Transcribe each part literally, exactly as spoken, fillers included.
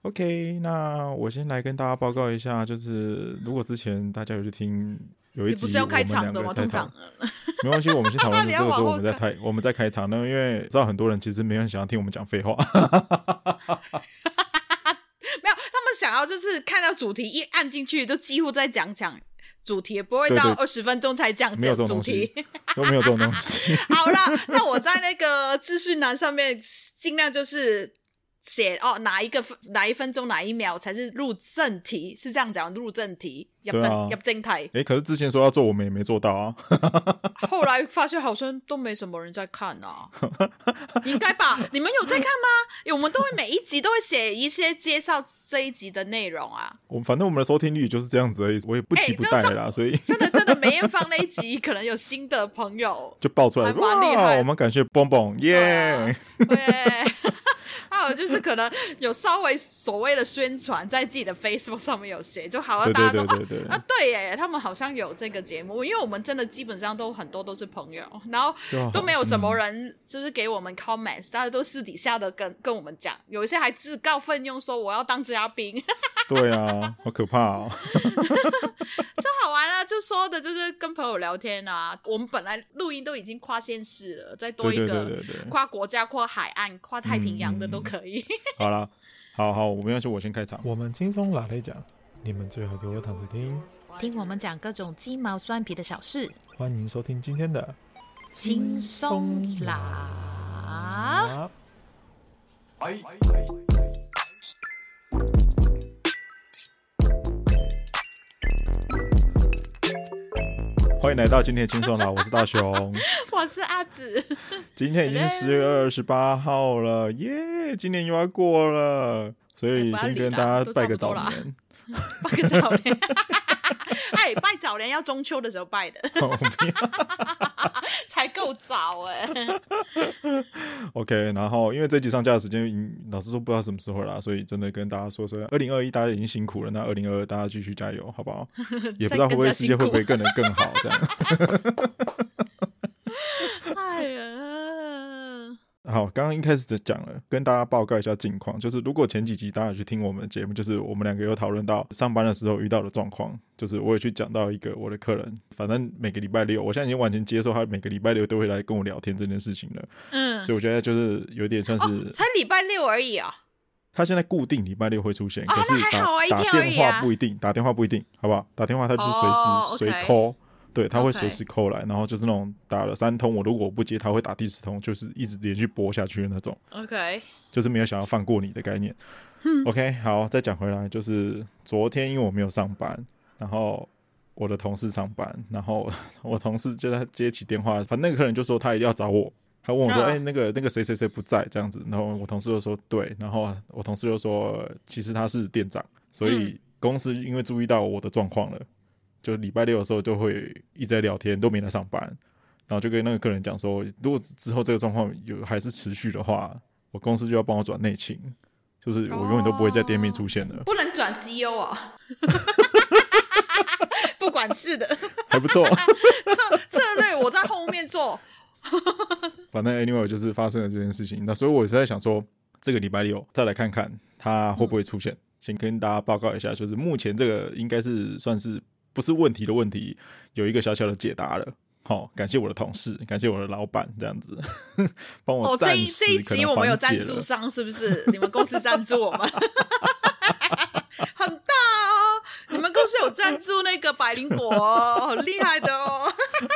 OK， 那我先来跟大家报告一下，就是如果之前大家有去听有一集， 你不是要开场的吗？通常没关系，我们先讨论这个时候我们再开我们再开场呢，因为知道很多人其实没有很想要听我们讲废话。 没有，他们想要就是看到主题一按进去，就几乎在讲讲主题，也不会到二十分钟才讲讲主题， 都没有这种东西。 好啦，那我在那个资讯栏上面尽量就是写哦，哪一个哪一分钟哪一秒才是入正题，是这样讲，入正题，入正、啊、入正题。 哎，可是之前说要做，我们也没做到啊。 后来发现好像都没什么人在看啊，应该吧？你们有在看吗？我们都会每一集都会写一些介绍这一集的内容啊。 我反正我们的收听率就是这样子而已，我也不期不待啦，欸、所以真的真的梅艳芳那一集，可能有新的朋友就爆出来， 蛮厉害。 我们感谢蹦蹦耶！ 对。还有就是可能有稍微所谓的宣传在自己的 Facebook 上面有写，就好像大家都对对对对对啊, 啊对耶，他们好像有这个节目，因为我们真的基本上都很多都是朋友，然后都没有什么人就是给我们 comments，、嗯、大家都私底下的跟跟我们讲，有一些还自告奋勇说我要当嘉宾。 对啊，好可怕哦。 就好玩啊，就说的就是跟朋友聊天啊。我们本来录音都已经跨县市了，再多一个跨国家、跨海岸、跨太平洋的都可以。嗯、 好啦，好好，我们要去，我先开场。 我们轻松拉来讲，你们最好给我躺着听， 听我们讲各种鸡毛蒜皮的小事。 欢迎收听今天的轻松拉。哎欢迎来到今天的轻松啦，我是大雄， 我是阿紫。 今天已经十月二十八号了，耶！今年又要过了，所以先跟大家拜个早年， 拜个早年。哎，拜早年要中秋的时候拜的，才够早哎、欸。 OK， 然后因为这集上架的时间，老实说不知道什么时候啦，所以真的跟大家说说，二零二一大家已经辛苦了，那二零二二大家继续加油，好不好？也不知道会不会世界会不会更能更好这样。 哎呀。 好，刚刚一开始就讲了，跟大家报告一下近况，就是如果前几集大家去听我们的节目，就是我们两个有讨论到上班的时候遇到的状况，就是我也去讲到一个我的客人，反正每个礼拜六，我现在已经完全接受他每个礼拜六都会来跟我聊天这件事情了，嗯，所以我觉得就是有点算是、 哦、才礼拜六而已啊。 他现在固定礼拜六会出现， 哦、 可是 打, 啊打电话不一定，打电话不一定，好不好？打电话他就是随时随 call。对，他会随时扣来， okay. 然后就是那种打了三通，我如果我不接，他会打第十通，就是一直连续拨下去的那种。 OK， 就是没有想要放过你的概念。嗯、OK， 好，再讲回来，就是昨天因为我没有上班，然后我的同事上班，然后我同事就在接起电话，反正那个客人就说他一定要找我，他问我说：“哎、uh. 欸，那个那个谁谁谁不在这样子。”然后我同事就说：“对。”然后我同事就说：“其实他是店长，所以公司因为注意到我的状况了。”就礼拜六的时候就会一直在聊天，都没来上班，然后就跟那个客人讲说，如果之后这个状况有还是持续的话，我公司就要帮我转内勤，就是我永远都不会在店面出现了。 哦、不能转 C E O 啊，不管事的， 还不错。 策策略我在后面做。 反正 anyway 就是发生了这件事情，那所以我是在想说，这个礼拜六再来看看他会不会出现。嗯、先跟大家报告一下，就是目前这个应该是算是。不是问题的问题，有一个小小的解答了。好、哦，感谢我的同事，感谢我的老板，这样子帮我暂时、哦、 这, 这一集我们有赞助商，是不是？你们公司赞助我们，很大哦。你们公司有赞助那个百灵果、哦，很厉害的哦。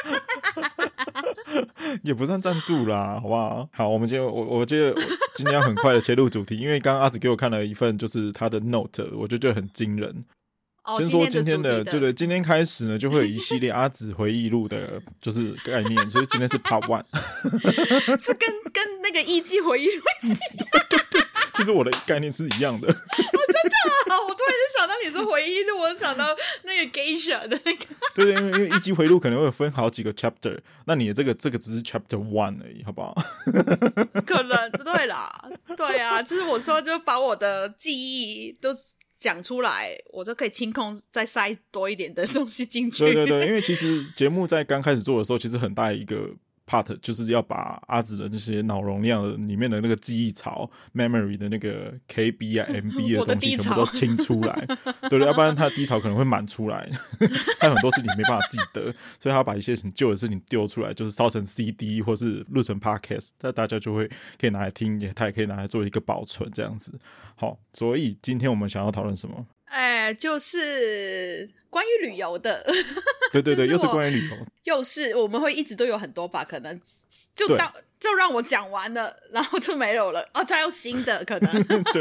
也不算赞助啦，好不好？好，我们今天我我觉得今天要很快的切入主题，因为刚刚阿紫给我看了一份就是他的 note， 我就觉得很惊人。 哦、 先说今天的， 的对对，今天开始呢，就会有一系列阿紫回忆录的，就是概念，所以今天是 Part One， 是跟跟那个一季回忆录一样。 其实我的概念是一样的。 哦，真的、啊，我突然就想到你说回忆录，我想到那个 Geisha 的那个。 对对，因为因为一季回忆录可能会分好几个 chapter， 那你的这个这个只是 chapter one 而已，好不好？ 可能对啦，对啊，就是我说就把我的记忆都讲出来，我就可以清空再塞多一点的东西进去。 对对对，因为其实节目在刚开始做的时候，其实很大一个 part 就是要把阿紫的那些脑容量的里面的那个记忆槽 memory 的那个 K B 啊 M B 的东西全部都清出来，对对，要不然他的低潮可能会满出来，他有很多事情没办法记得，所以他要把一些很旧的事情丢出来，就是烧成 C D 或是录成 podcast， 那大家就会可以拿来听，也他也可以拿来做一个保存这样子。好，所以今天我们想要讨论什么？ 哎，就是关于旅游的。 对对对，又是关于旅游， 又是我们会一直都有很多吧，可能就当就让我讲完了，然后就没有了哦，再有新的可能。对，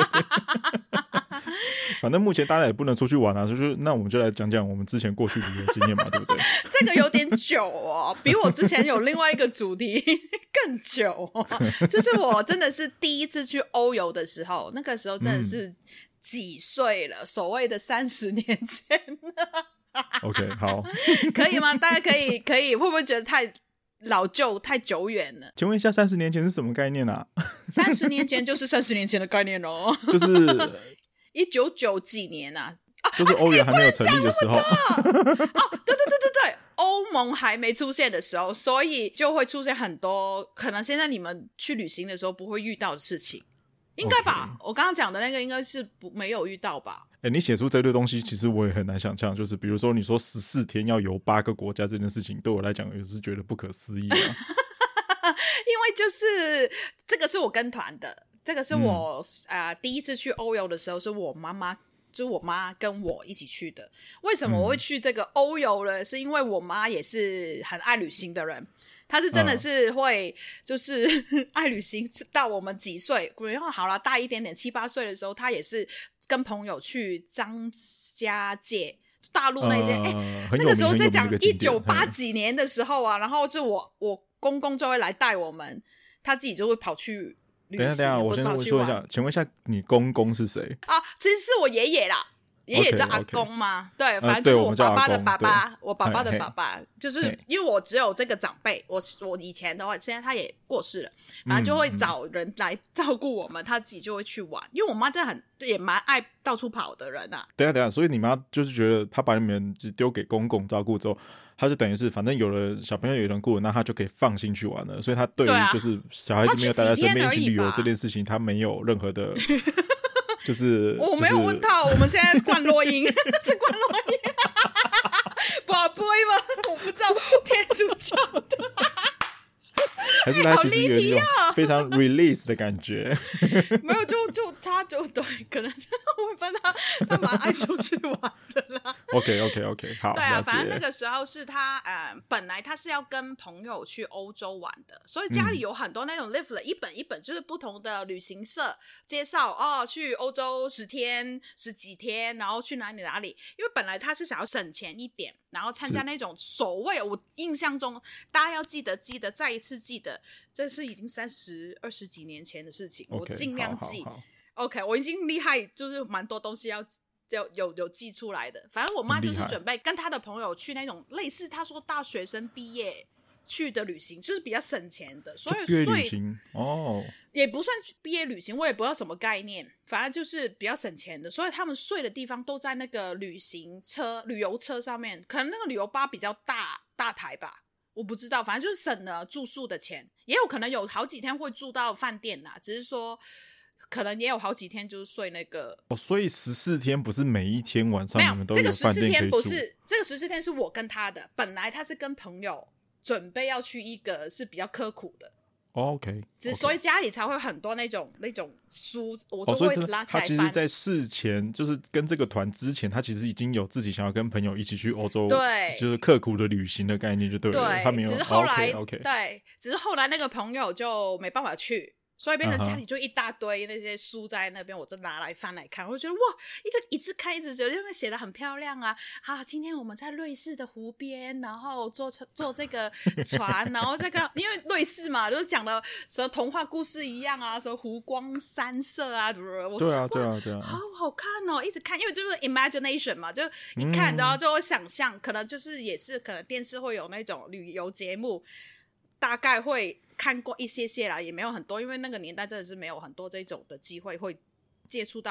反正目前大家也不能出去玩啊，就是那我们就来讲讲我们之前过去旅游经验嘛，对不对？ 这个有点久哦，比我之前有另外一个主题更久哦。就是我真的是第一次去欧游的时候，那个时候真的是几岁了，嗯、所谓的三十年前了。 OK， 好， 可以吗？大家可以可以，会不会觉得太老旧、太久远了？ 请问一下，三十年前是什么概念啊？三十年前就是三十年前的概念哦， 就是一九九几年啊， 就是欧元还没有成立的时候。 哦，对对对对对，欧盟还没出现的时候，所以就会出现很多可能现在你们去旅行的时候不会遇到的事情，应该吧？ Okay. 我刚刚讲的那个应该是不没有遇到吧？ 欸、你写出这堆东西其实我也很难想象，就是比如说你说十四天要游八个国家这件事情，对我来讲也是觉得不可思议啊。因为就是这个是我跟团的，这个是我、嗯呃、第一次去欧游的时候是我妈妈，就是我妈跟我一起去的。为什么我会去这个欧游呢？是因为我妈也是很爱旅行的人，他是真的是会就是爱旅行到我们几岁，然后好了大一点点七八岁的时候，他也是跟朋友去张家界大陆那些，哎、呃欸，那个时候在讲一九八几年的时候啊，然后就我我公公就会来带我们，他自己就会跑去旅行。 等一下等一下，我先说一下，请问一下你公公是谁啊？其实是我爷爷啦。爷爷叫阿公吗？ Okay, okay. 对，反正就是我爸爸的爸爸、呃、我, 我爸爸的爸爸，就是因为我只有这个长辈，我我以前的话现在他也过世了，反正就会找人来照顾我们、嗯、他自己就会去玩，因为我妈真的很也蛮爱到处跑的人啊。 等一下等一下，所以你妈就是觉得他把你们丢给公公照顾之后，他就等于是反正有了小朋友有人顾，那他就可以放心去玩了，所以他对于就是小孩子没有带在身边一起旅游这件事情，他没有任何的就是我没有问到、就是、我们现在灌录音是灌录音宝贝吗？我不知道天主教的还是他其实有一种非常 release 的感觉、 欸、没有就就他就对可能我发现他他蛮爱出去玩的啦。 OK OK OK 好， 对啊，反正那个时候是他呃，本来他是要跟朋友去欧洲玩的，所以家里有很多那种 leaflet、嗯、一本一本就是不同的旅行社介绍哦，去欧洲十天十几天，然后去哪里哪里，因为本来他是想要省钱一点，然后参加那种所谓我印象中大家要记得记得再一次记得，这是已经三十二十几年前的事情， okay, 我尽量记。好好好 OK， 我已经厉害，就是蛮多东西要有有有记出来的。反正我妈就是准备跟她的朋友去那种类似她说大学生毕业去的旅行，就是比较省钱的，所以毕业旅行哦， 也不算毕业旅行，我也不知道什么概念，反正就是比较省钱的，所以他们睡的地方都在那个旅行车旅游车上面，可能那个旅游巴比较大大台吧，我不知道，反正就是省了住宿的钱，也有可能有好几天会住到饭店啦，只是说可能也有好几天就是睡那个哦，所以十四天不是每一天晚上你们都有饭店可以住？ 这个十四天不是，这个十四天是我跟他的，本来他是跟朋友准备要去一个是比较刻苦的。 Oh, OK， 只所以家里才会很多那种那种书，我就会拉起来翻。 他其实在事前就是跟这个团之前，他其实已经有自己想要跟朋友一起去欧洲， 对， 就是刻苦的旅行的概念就对了。 对， 他没有， 只是后来、 oh, okay, okay. 对，只是后来那个朋友就没办法去。所以变成家里就一大堆那些书在那边，我就拿来翻来看，我就觉得哇，一个一直看一直觉得因为写得很漂亮啊。啊，今天我们在瑞士的湖边，然后坐坐这个船，然后再看，因为瑞士嘛，就是讲的什么童话故事一样啊，什么湖光山色啊，我说对啊对啊对啊， 好好看哦，一直看，因为就是 imagination 嘛，就一看然后就会想象、嗯，可能就是也是可能电视会有那种旅游节目，大概会看过一些些啦，也没有很多，因为那个年代真的是没有很多这种的机会会接触到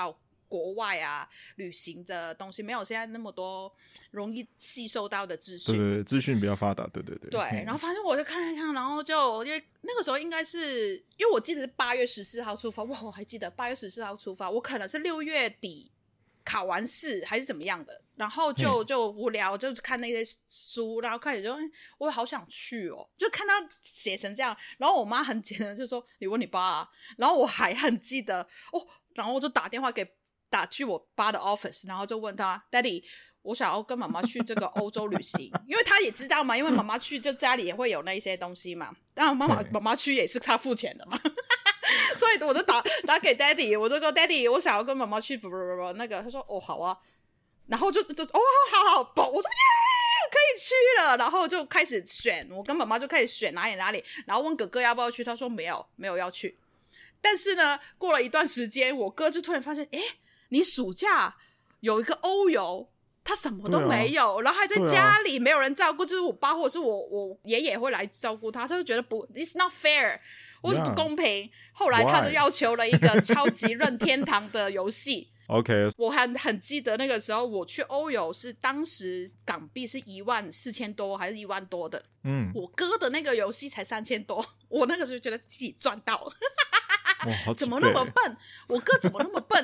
国外啊旅行的东西，没有现在那么多容易吸收到的资讯。 对对对，资讯比较发达，对对对。 对，然后反正我就看一看，然后就因为那个时候应该是因为我记得是八月十四号出发，哇，我还记得八月十四号出发，我可能是六月底考完试还是怎么样的，然后就就无聊，就看那些书，然后开始就我好想去哦，就看他写成这样，然后我妈很简单就说你问你爸啊，然后我还很记得哦，然后我就打电话给打去我爸的 office， 然后就问他 Daddy， 我想要跟妈妈去这个欧洲旅行，因为他也知道嘛，因为妈妈去就家里也会有那些东西嘛，当然妈妈妈妈去也是他付钱的嘛。所以我就打打给 Daddy， 我就说 Daddy， 我想要跟妈妈去不不不不那个，他说哦好啊，然后就就哦好好好，我说耶可以去了，然后就开始选，我跟妈妈就开始选哪里哪里，然后问哥哥要不要去，他说没有没有要去。但是呢，过了一段时间，我哥就突然发现，哎，你暑假有一个欧游。他什么都没有、啊、然后还在家里没有人照顾、啊、就是我爸或者是我我爷爷会来照顾他，他就觉得不 it's not fair， 我是不公平、yeah. 后来他就要求了一个超级任天堂的游戏 OK， 我很很记得那个时候我去欧游是当时港币是一万四千多还是一万多的，嗯，我哥的那个游戏才三千多，我那个时候觉得自己赚到了哇， 怎么那么笨，我哥怎么那么笨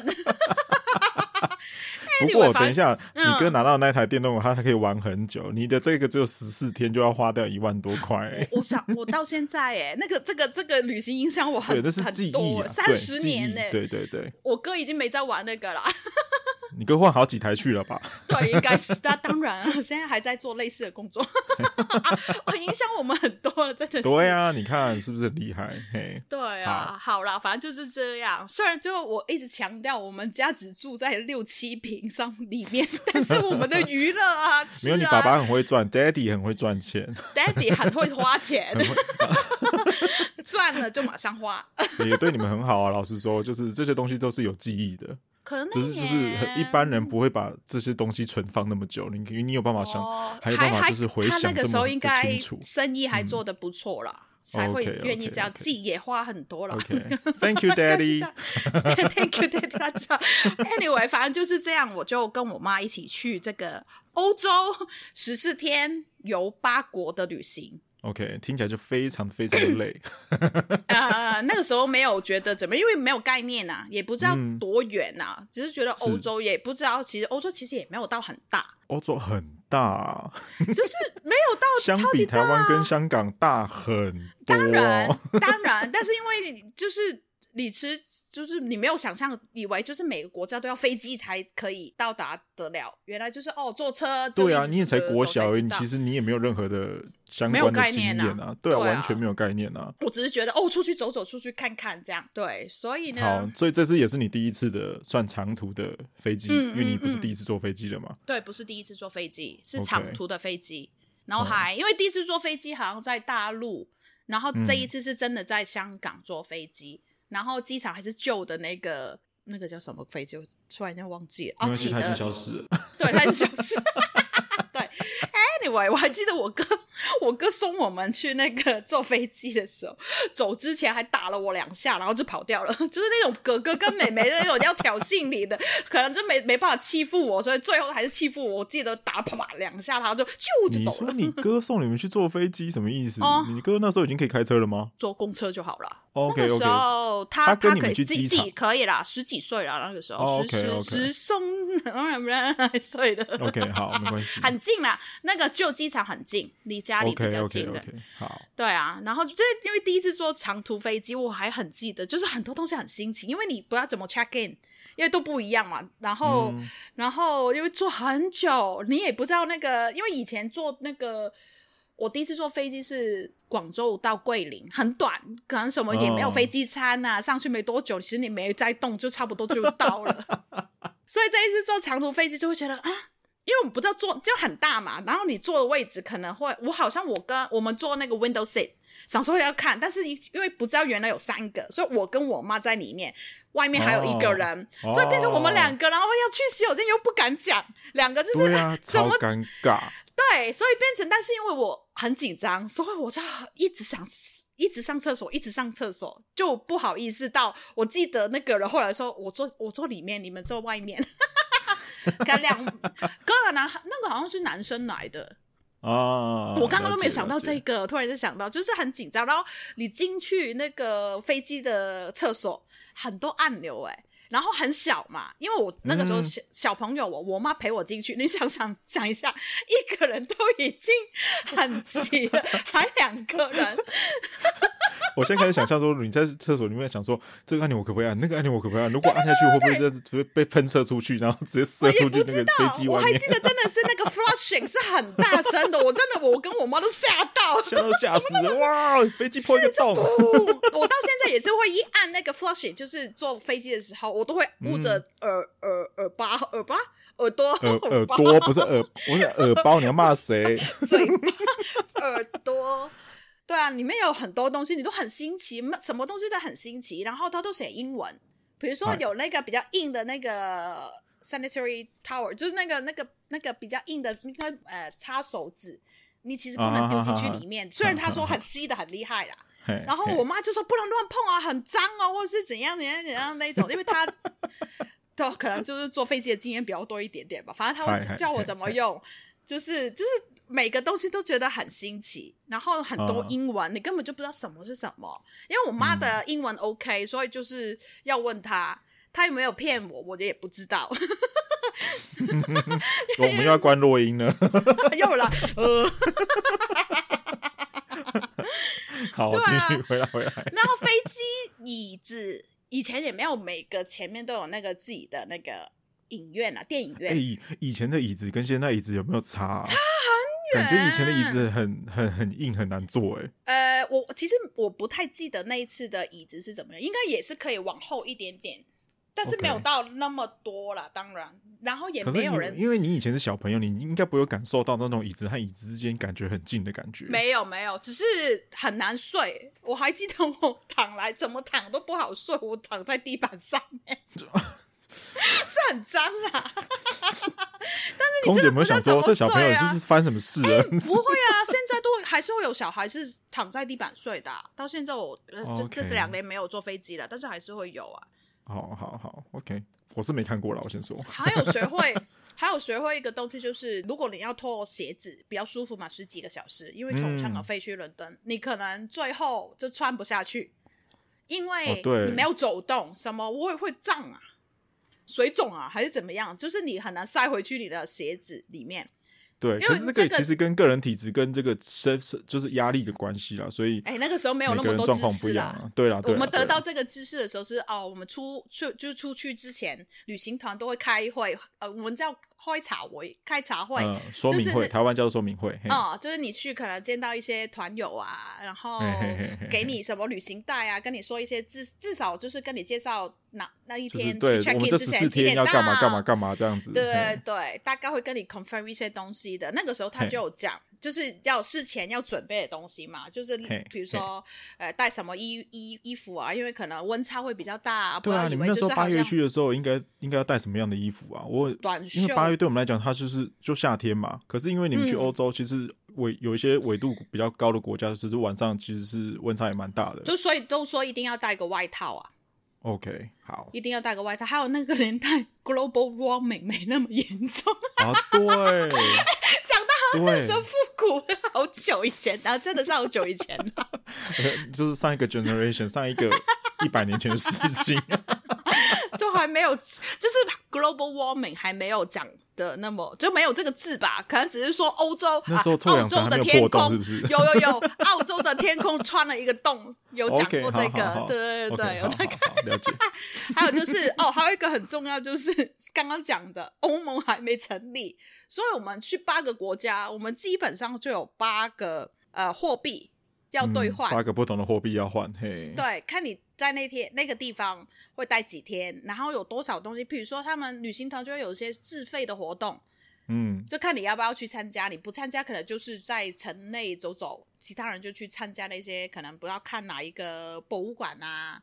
不过等一下、嗯、你哥拿到那台电动他才可以玩很久，你的这个只有十四天就要花掉一万多块、欸、 我, 我想我到现在哎、欸，那个这个这个旅行影响我很对，那是记忆、啊、 很多三十年呢、欸， 对对对， 我哥已经没在玩那个了你哥换好几台去了吧？ 对，应该是他当然现在还在做类似的工作啊、影响我们很多了，真的是。 对啊，你看是不是很厉害？嘿， 对啊，好, 好啦，反正就是这样。虽然就我一直强调我们家只住在六七坪上里面，但是我们的娱乐啊吃啊， 没有，你爸爸很会赚 Daddy 很会赚钱 Daddy 很会花钱赚了就马上花也对你们很好啊，老实说就是这些东西都是有记忆的， 可能只是就是一般人不会把这些东西存放那么久，你你有办法想、哦、还有办法就是回想这么的清楚，他那个时候应该生意还做得不不错啦、嗯，才会愿意这样，自己也花很多了。 Okay. Thank you, Daddy. Thank you, Daddy. 他知道。Anyway， 反正就是这样，我就跟我妈一起去这个欧洲十四天游八国的旅行。 OK， 听起来就非常非常的累。 呃，那个时候没有觉得怎么，因为没有概念啊，也不知道多远啊、嗯，只是觉得欧洲也不知道，其实欧洲其实也没有到很大。 欧洲很大、啊， 就是没有到超级大、啊、 相比台湾跟香港大很多。 当然，当然，但是因为就是你吃，就是你没有想象，以为就是每个国家都要飞机才可以到达得了，原来就是哦，坐车。 对啊，你也才国小而已，其实你也没有任何的相关的经验啊，对啊，完全没有概念啊。 我只是觉得哦，出去走走，出去看看这样。对，所以呢， 好，所以这次也是你第一次的算长途的飞机、嗯，因为你不是第一次坐飞机了嘛、嗯？ 对，不是第一次坐飞机，是长途的飞机。Okay. 然后还、嗯、因为第一次坐飞机好像在大陆，然后这一次是真的在香港坐飞机。嗯，然后机场还是旧的那个那个叫什么飞机，我突然间忘记了。 因为它已经消失了。 对，它已经消失了。对 ，anyway， 我还记得我哥，我哥送我们去那个坐飞机的时候，走之前还打了我两下，然后就跑掉了，就是那种哥哥跟妹妹的那种要挑衅你的，可能就没没办法欺负我，所以最后还是欺负我。我记得打啪啪两下，然后就啾就走了。 你说你哥送你们去坐飞机什么意思？哦、你哥那时候已经可以开车了吗？ 坐公车就好了。 OK OK， 那个时候他他跟你们去机场可以啦，十几岁了那个时候， 哦、okay, 十十送岁的。 OK， 好，没关系， 很近啦，那个旧机场很近，离家里比较近的。 OK OK OK， 好。 对啊，然后就是因为第一次坐长途飞机，我还很记得，就是很多东西很新奇，因为你不知道怎么 check in， 因为都不一样嘛。然后，嗯、然后因为坐很久，你也不知道那个，因为以前坐那个。我第一次坐飞机是广州到桂林，很短，可能什么也没有飞机餐啊、oh. 上去没多久，其实你没在动就差不多就到了所以这一次坐长途飞机就会觉得啊，因为我们不知道坐就很大嘛，然后你坐的位置可能会，我好像我跟我们坐那个 window seat， 想说要看，但是因为不知道原来有三个，所以我跟我妈在里面，外面还有一个人、oh. 所以变成我们两个，然后要去洗手间又不敢讲，两个就是、 对啊，超尴尬。 对，所以变成，但是因为我很紧张，所以我就一直想一直上厕所一直上厕所，就不好意思到我记得那个人后来说我坐我坐里面你们坐外面跟两跟个男那个好像是男生来的啊， 我刚刚都没有想到这个，突然就想到就是很紧张，然后你进去那个飞机的厕所很多按钮哎、欸，然后很小嘛，因为我那个时候小、嗯、小朋友我我妈陪我进去，你想想想一下，一个人都已经很挤了还两个人我现在开始想象说你在厕所里面想说这个按钮我可不可以按，那个按钮我可不可以按，如果按下去会不会这样子被喷射出去，然后直接射出去那个飞机外面。 我还记得真的是那个 flushing 是很大声的，我真的我跟我妈都吓到吓到吓死了，哇飞机破一个洞我到现在也是会一按那个 flushing， 就是坐飞机的时候我都会捂着耳、嗯、耳耳巴耳巴耳朵耳耳朵不是耳不是耳包，你要骂谁？ 嘴巴耳朵对啊，里面有很多东西你都很新奇，什么东西都很新奇，然后它都写英文，比如说有那个比较硬的那个 sanitary towel， 就是那个那个那个比较硬的那个呃擦手纸，你其实不能丢进去里面、啊、虽然他说很吸的很厉害啦然后我妈就说不能乱碰啊，很脏哦，或者是怎样怎样怎样那种，因为她对可能就是坐飞机的经验比较多一点点吧，反正她会教我怎么用就是就是每个东西都觉得很新奇，然后很多英文、uh, 你根本就不知道什么是什么，因为我妈的英文 OK、嗯、所以就是要问她她有没有骗我我也不知道我们又要关落音了又来呃好继续、啊、回来回来然后飞机椅子以前也没有每个前面都有那个自己的那个影院啊电影院、 欸、以前的椅子跟现在椅子有没有差、啊、 差很感觉以前的椅子很很很硬很难坐哎、 欸。呃，我其实我不太记得那一次的椅子是怎么样，应该也是可以往后一点点，但是没有到那么多啦， okay. 当然，然后也没有人， 可是因为你以前是小朋友，你应该不会有感受到那种椅子和椅子之间感觉很近的感觉。 没有没有，只是很难睡。我还记得我躺来怎么躺都不好睡，我躺在地板上面。是很脏啊但是你真的不知道怎么睡啊，空姐有没有想说这小朋友是发生什么事了、欸、 不会啊现在都还是会有小孩是躺在地板睡的、啊、到现在我、okay. 这两年没有坐飞机了，但是还是会有啊。 好好好 OK 我是没看过啦，我先说还有学会还有学会一个东西，就是如果你要脱鞋子比较舒服嘛，十几个小时，因为从香港飞去伦敦、嗯、你可能最后就穿不下去，因为你没有走动、哦、什么我也会胀啊水肿啊还是怎么样，就是你很难塞回去你的鞋子里面。 对，可是这个其实跟个人体质跟这个就是压力的关系啦，所以哎、欸，那个时候没有那么多知识啦。 啊、对啦，对啦， 我们得到这个知识的时候是哦，我们出去就出去之前，旅行团都会开会，呃，我们叫开茶会，开茶会， 嗯、说明会，就是、台湾叫做说明会。 哦、嗯，就是你去可能見到一些团友啊，然后给你什么旅行袋啊，跟你说一些至至少就是跟你介绍那那一天、 就是、对，我们这十四天要干嘛干嘛干嘛这样子。 对对对，大概会跟你 confirm 一些东西的。那个时候他就有讲，就是要事前要准备的东西嘛，就是比如说呃带什么衣衣衣服啊，因为可能温差会比较大、啊。 对啊，你们那时候八月去的时候，应该应该要带什么样的衣服啊？我短袖， 因为八月对我们来讲，它就是就夏天嘛。可是因为你们去欧洲，嗯、其实纬有一些纬度比较高的国家，其实晚上其实是温差也蛮大的。 就所以都说一定要带个外套啊。 OK， 好， 一定要带个外套。还有那个年代 global warming 没那么严重啊，对， 讲到那时候复古好久以前，然后真的是好久以前了就是上一个 generation 上一个一百年前的事情就还没有，就是 global warming 还没有讲的那么就没有这个字吧，可能只是说欧洲那时候臭氧层还没有破洞是不是？ 有有有澳洲的天空穿了一个洞有讲过这个 okay, 好好好对对对，有那个了解还有就是哦，还有一个很重要就是刚刚讲的欧盟还没成立，所以我们去八个国家，我们基本上就有八个呃货币要兑换、嗯、 八个不同的货币要换，嘿， 对，看你在那天那个地方会待几天，然后有多少东西，比如说他们旅行团就会有一些自费的活动，嗯，就看你要不要去参加，你不参加可能就是在城内走走，其他人就去参加那些可能不知道看哪一个博物馆啊，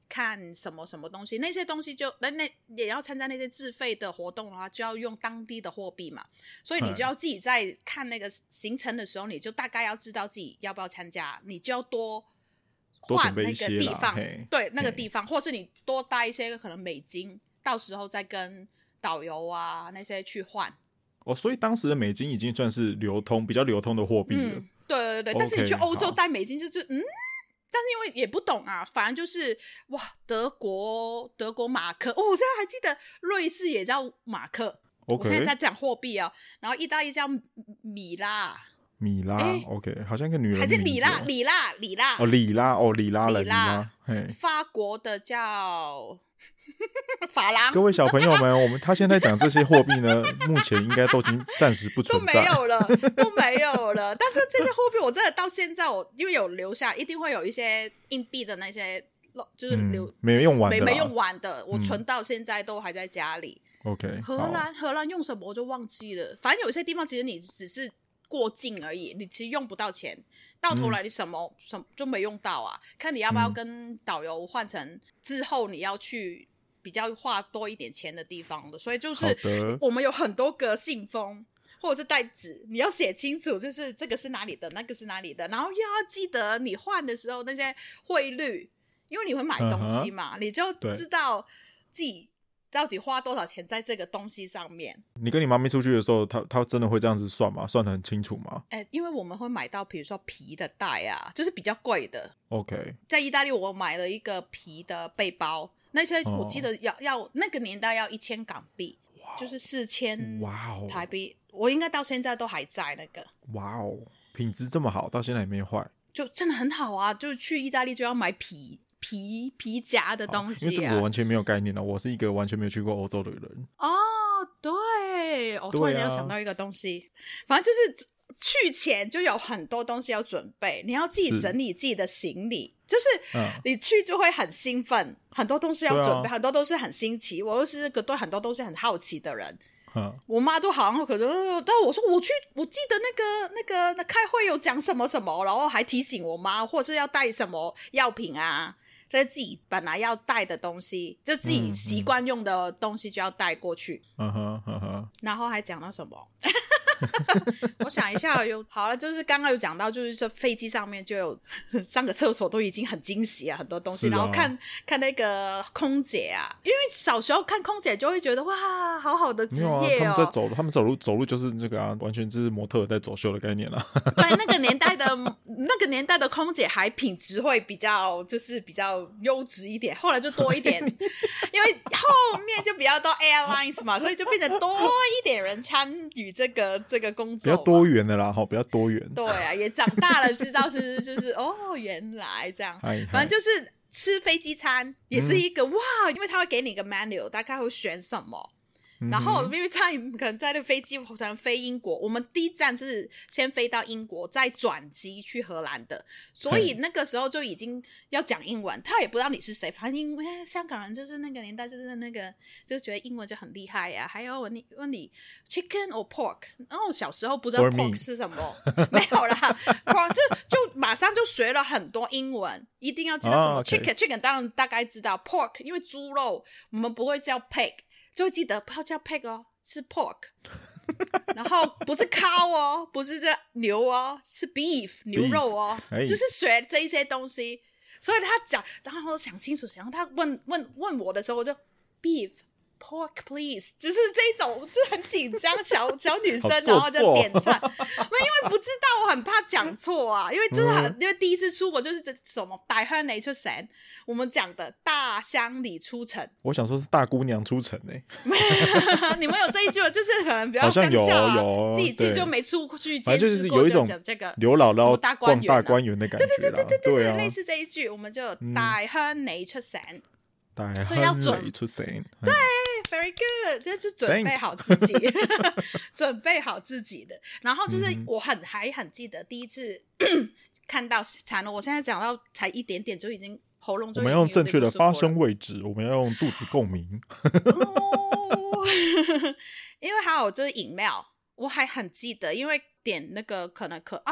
看什么什么东西，那些东西就那那也要参加那些自费的活动的话，就要用当地的货币嘛，所以你就要自己在看那个行程的时候，你就大概要知道自己要不要参加，你就要多换那个地方，对那个地方，或是你多带一些可能美金，到时候再跟导游啊那些去换。 哦，所以当时的美金已经算是流通比较流通的货币了。 嗯，对对对， okay, 但是你去欧洲带美金就是嗯。但是因为也不懂啊，反正就是哇，德国德国马克，哦，我现在还记得瑞士也叫马克。Okay. 我现在在讲货币啊，然后意大利叫米拉， 米拉、欸、，OK， 好像一个女人的还是名字、哦、 里拉，里拉，里拉， 哦，里拉，哦，里拉了，里拉， 法国的叫法郎。 各位小朋友们，我们他现在讲这些货币呢，目前应该都已经暂时不存在， 都没有了，都没有了。但是这些货币我真的到现在，我因为有留下，一定会有一些硬币的那些，就是留、嗯、 没用完的， 没没用完的，我存到现在都还在家里。 嗯、OK， 荷兰荷兰用什么我就忘记了，反正有些地方其实你只是过境而已，你其实用不到钱，到头来你什么、嗯、什么就没用到啊。看你要不要跟导游换成之后你要去比较花多一点钱的地方的，所以就是我们有很多个信封或者是带纸，你要写清楚，就是这个是哪里的，那个是哪里的，然后又要记得你换的时候那些汇率，因为你会买东西嘛， uh-huh, 你就知道自己到底花多少钱在这个东西上面。 你跟你妈咪出去的时候，她她真的会这样子算吗？算得很清楚吗？ 欸、因为我们会买到比如说皮的袋啊，就是比较贵的。 OK， 在意大利我买了一个皮的背包，那些我记得要、哦、要那个年代要一千港币，就是四千台币，我应该到现在都还在那个。 哇哦，品质这么好，到现在也没坏，就真的很好啊！就去意大利就要买皮皮皮夹的东西、啊、 因为这个我完全没有概念了，我是一个完全没有去过欧洲的人。 哦，对，我突然间想到一个东西、啊、反正就是去前就有很多东西要准备，你要自己整理自己的行李，就是你去就会很兴奋、嗯、很多东西要准备、啊、很多都是很新奇，我又是个对很多东西很好奇的人、嗯、我妈都好像可能，但我说我去我记得那个那个那开会有讲什么什么，然后还提醒我妈，或是要带什么药品啊，这自己本来要带的东西，就自己习惯用的东西就要带过去。嗯哼嗯哼，然后还讲到什么我想一下，有好了，就是刚刚有讲到，就是说飞机上面就有上个厕所都已经很惊喜啊，很多东西、啊、然后看看那个空姐啊，因为小时候看空姐就会觉得哇好好的职业哦、啊、 他们在走他们走路走路就是这个啊，完全就是模特在走秀的概念啊对，那个年代的那个年代的空姐还品质会比较就是比较优质一点，后来就多一点因为后面就比较多 airlines 嘛，所以就变得多一点人参与这个这个工作， 比较多元的啦，比较多元。 对啊，也长大了知道是就是哦原来这样，反正就是吃飞机餐也是一个、嗯、哇，因为他会给你一个 menu， 大概会选什么。然后因为在可能在那飞机可能飞英国，我们第一站是先飞到英国再转机去荷兰的，所以那个时候就已经要讲英文，他也不知道你是谁，反正因为香港人就是那个年代就是那个就是觉得英文就很厉害啊，还有问你问你 chicken or pork， 然后小时候不知道 pork 是什么没有啦pork 就就马上就学了很多英文，一定要知道什么、oh, okay. chicken chicken 当然大概知道 pork， 因为猪肉我们不会叫 pig，就会记得不要叫 pig 哦，是 pork 然后不是 cow 哦，不是这牛哦，是 beef 牛肉哦，就是学这一些东西。所以他讲，然后我想清楚，然后他问问问我的时候，我就 beef pork please， 就是这种就很紧张小小女生然后就点菜因为不知道，我很怕讲错啊，因为就是很、嗯、因为第一次出国就是什么大乡里出城，我们讲的大乡里出城，我想说是大姑娘出城欸你们有这一句就是可能比较乡下、啊、 有有自己自己就没出去见识过，就讲这个刘姥姥大逛大观园的感觉， 对对对对对对, 对、啊、类似这一句我们就大乡里出城、嗯、所以要准出城， 对Very good， 就是准备好自己准备好自己的。然后就是我很、嗯、还很记得第一次看到惨了，我现在讲到才一点点就已经喉咙就已经有点不舒服了， 我们要用正确的发声位置，我们要用肚子共鸣哦、因为还有就是饮料我还很记得，因为点那个可能可啊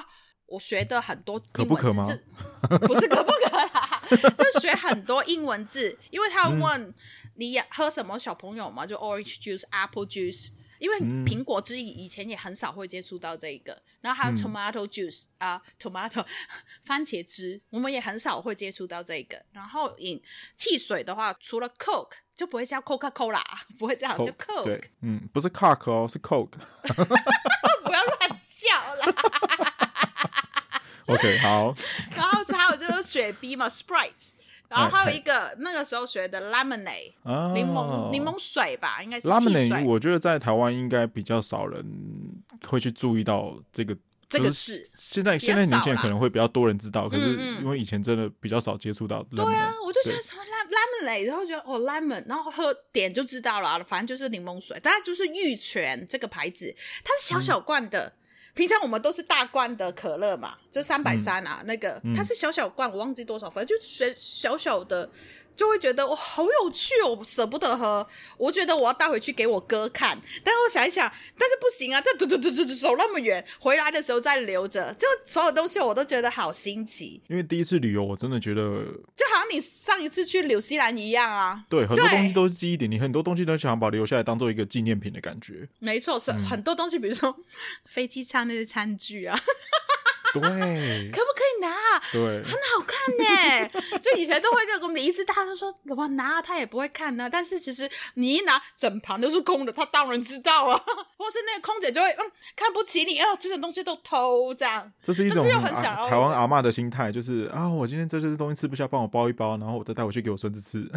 我学的很多可不可吗？ 不是可不可啦，就学很多英文字，因为他问、嗯、你喝什么小朋友嘛，就 orange juice、apple juice。因为苹果汁以前也很少会接触到这个，然后还有 tomato juice、嗯、啊 ，tomato 番茄汁，我们也很少会接触到这个。然后饮汽水的话，除了 Coke 就不会叫 Coca-Cola， 不会这样叫 Coke。 对，嗯，不是 Coke 哦，是 Coke。 不要乱叫啦。 OK， 好。 然后还有就是雪碧嘛 ，Sprite。然后还有一个那个时候学的 lemonade， 柠檬柠檬水吧，应该是汽水。 lemonade 我觉得在台湾应该比较少人会去注意到这个这个事。 现在现在年轻人可能会比较多人知道，可是因为以前真的比较少接触到 lemonade。对啊，我就觉得什么 lemonade， 然后觉得哦 lemon， 然后喝点就知道了，反正就是柠檬水。当然就是玉泉这个牌子，它是小小罐的。嗯，平常我们都是大罐的可乐嘛，就三百三啊、嗯，那个它是小小罐，我忘记多少，反正就小小的，就会觉得哇好有趣哦，我舍不得喝，我觉得我要带回去给我哥看，但是我想一想，但是不行啊，这嘟嘟嘟嘟走那么远，回来的时候再留着，就所有东西我都觉得好新奇。 因为第一次旅游，我真的觉得就好像你上一次去纽西兰一样啊， 对，很多东西都是记忆点，你很多东西都想把它留下来当做一个纪念品的感觉。 没错，是、嗯、很多东西，比如说飞机餐那些餐具啊。 对，可不可以拿？ 对， 很好看耶。就以前都会那个每一次大家都说有没有拿，他也不会看呢。但是其实你一拿，整盘都是空的，他当然知道啊。或是那个空姐就会嗯看不起你，哦，这种东西都偷这样。 这是一种是又很想要、 啊、台湾阿嬷的心态，就是啊，我今天这些东西吃不下，帮我包一包，然后我再带回去给我孙子吃。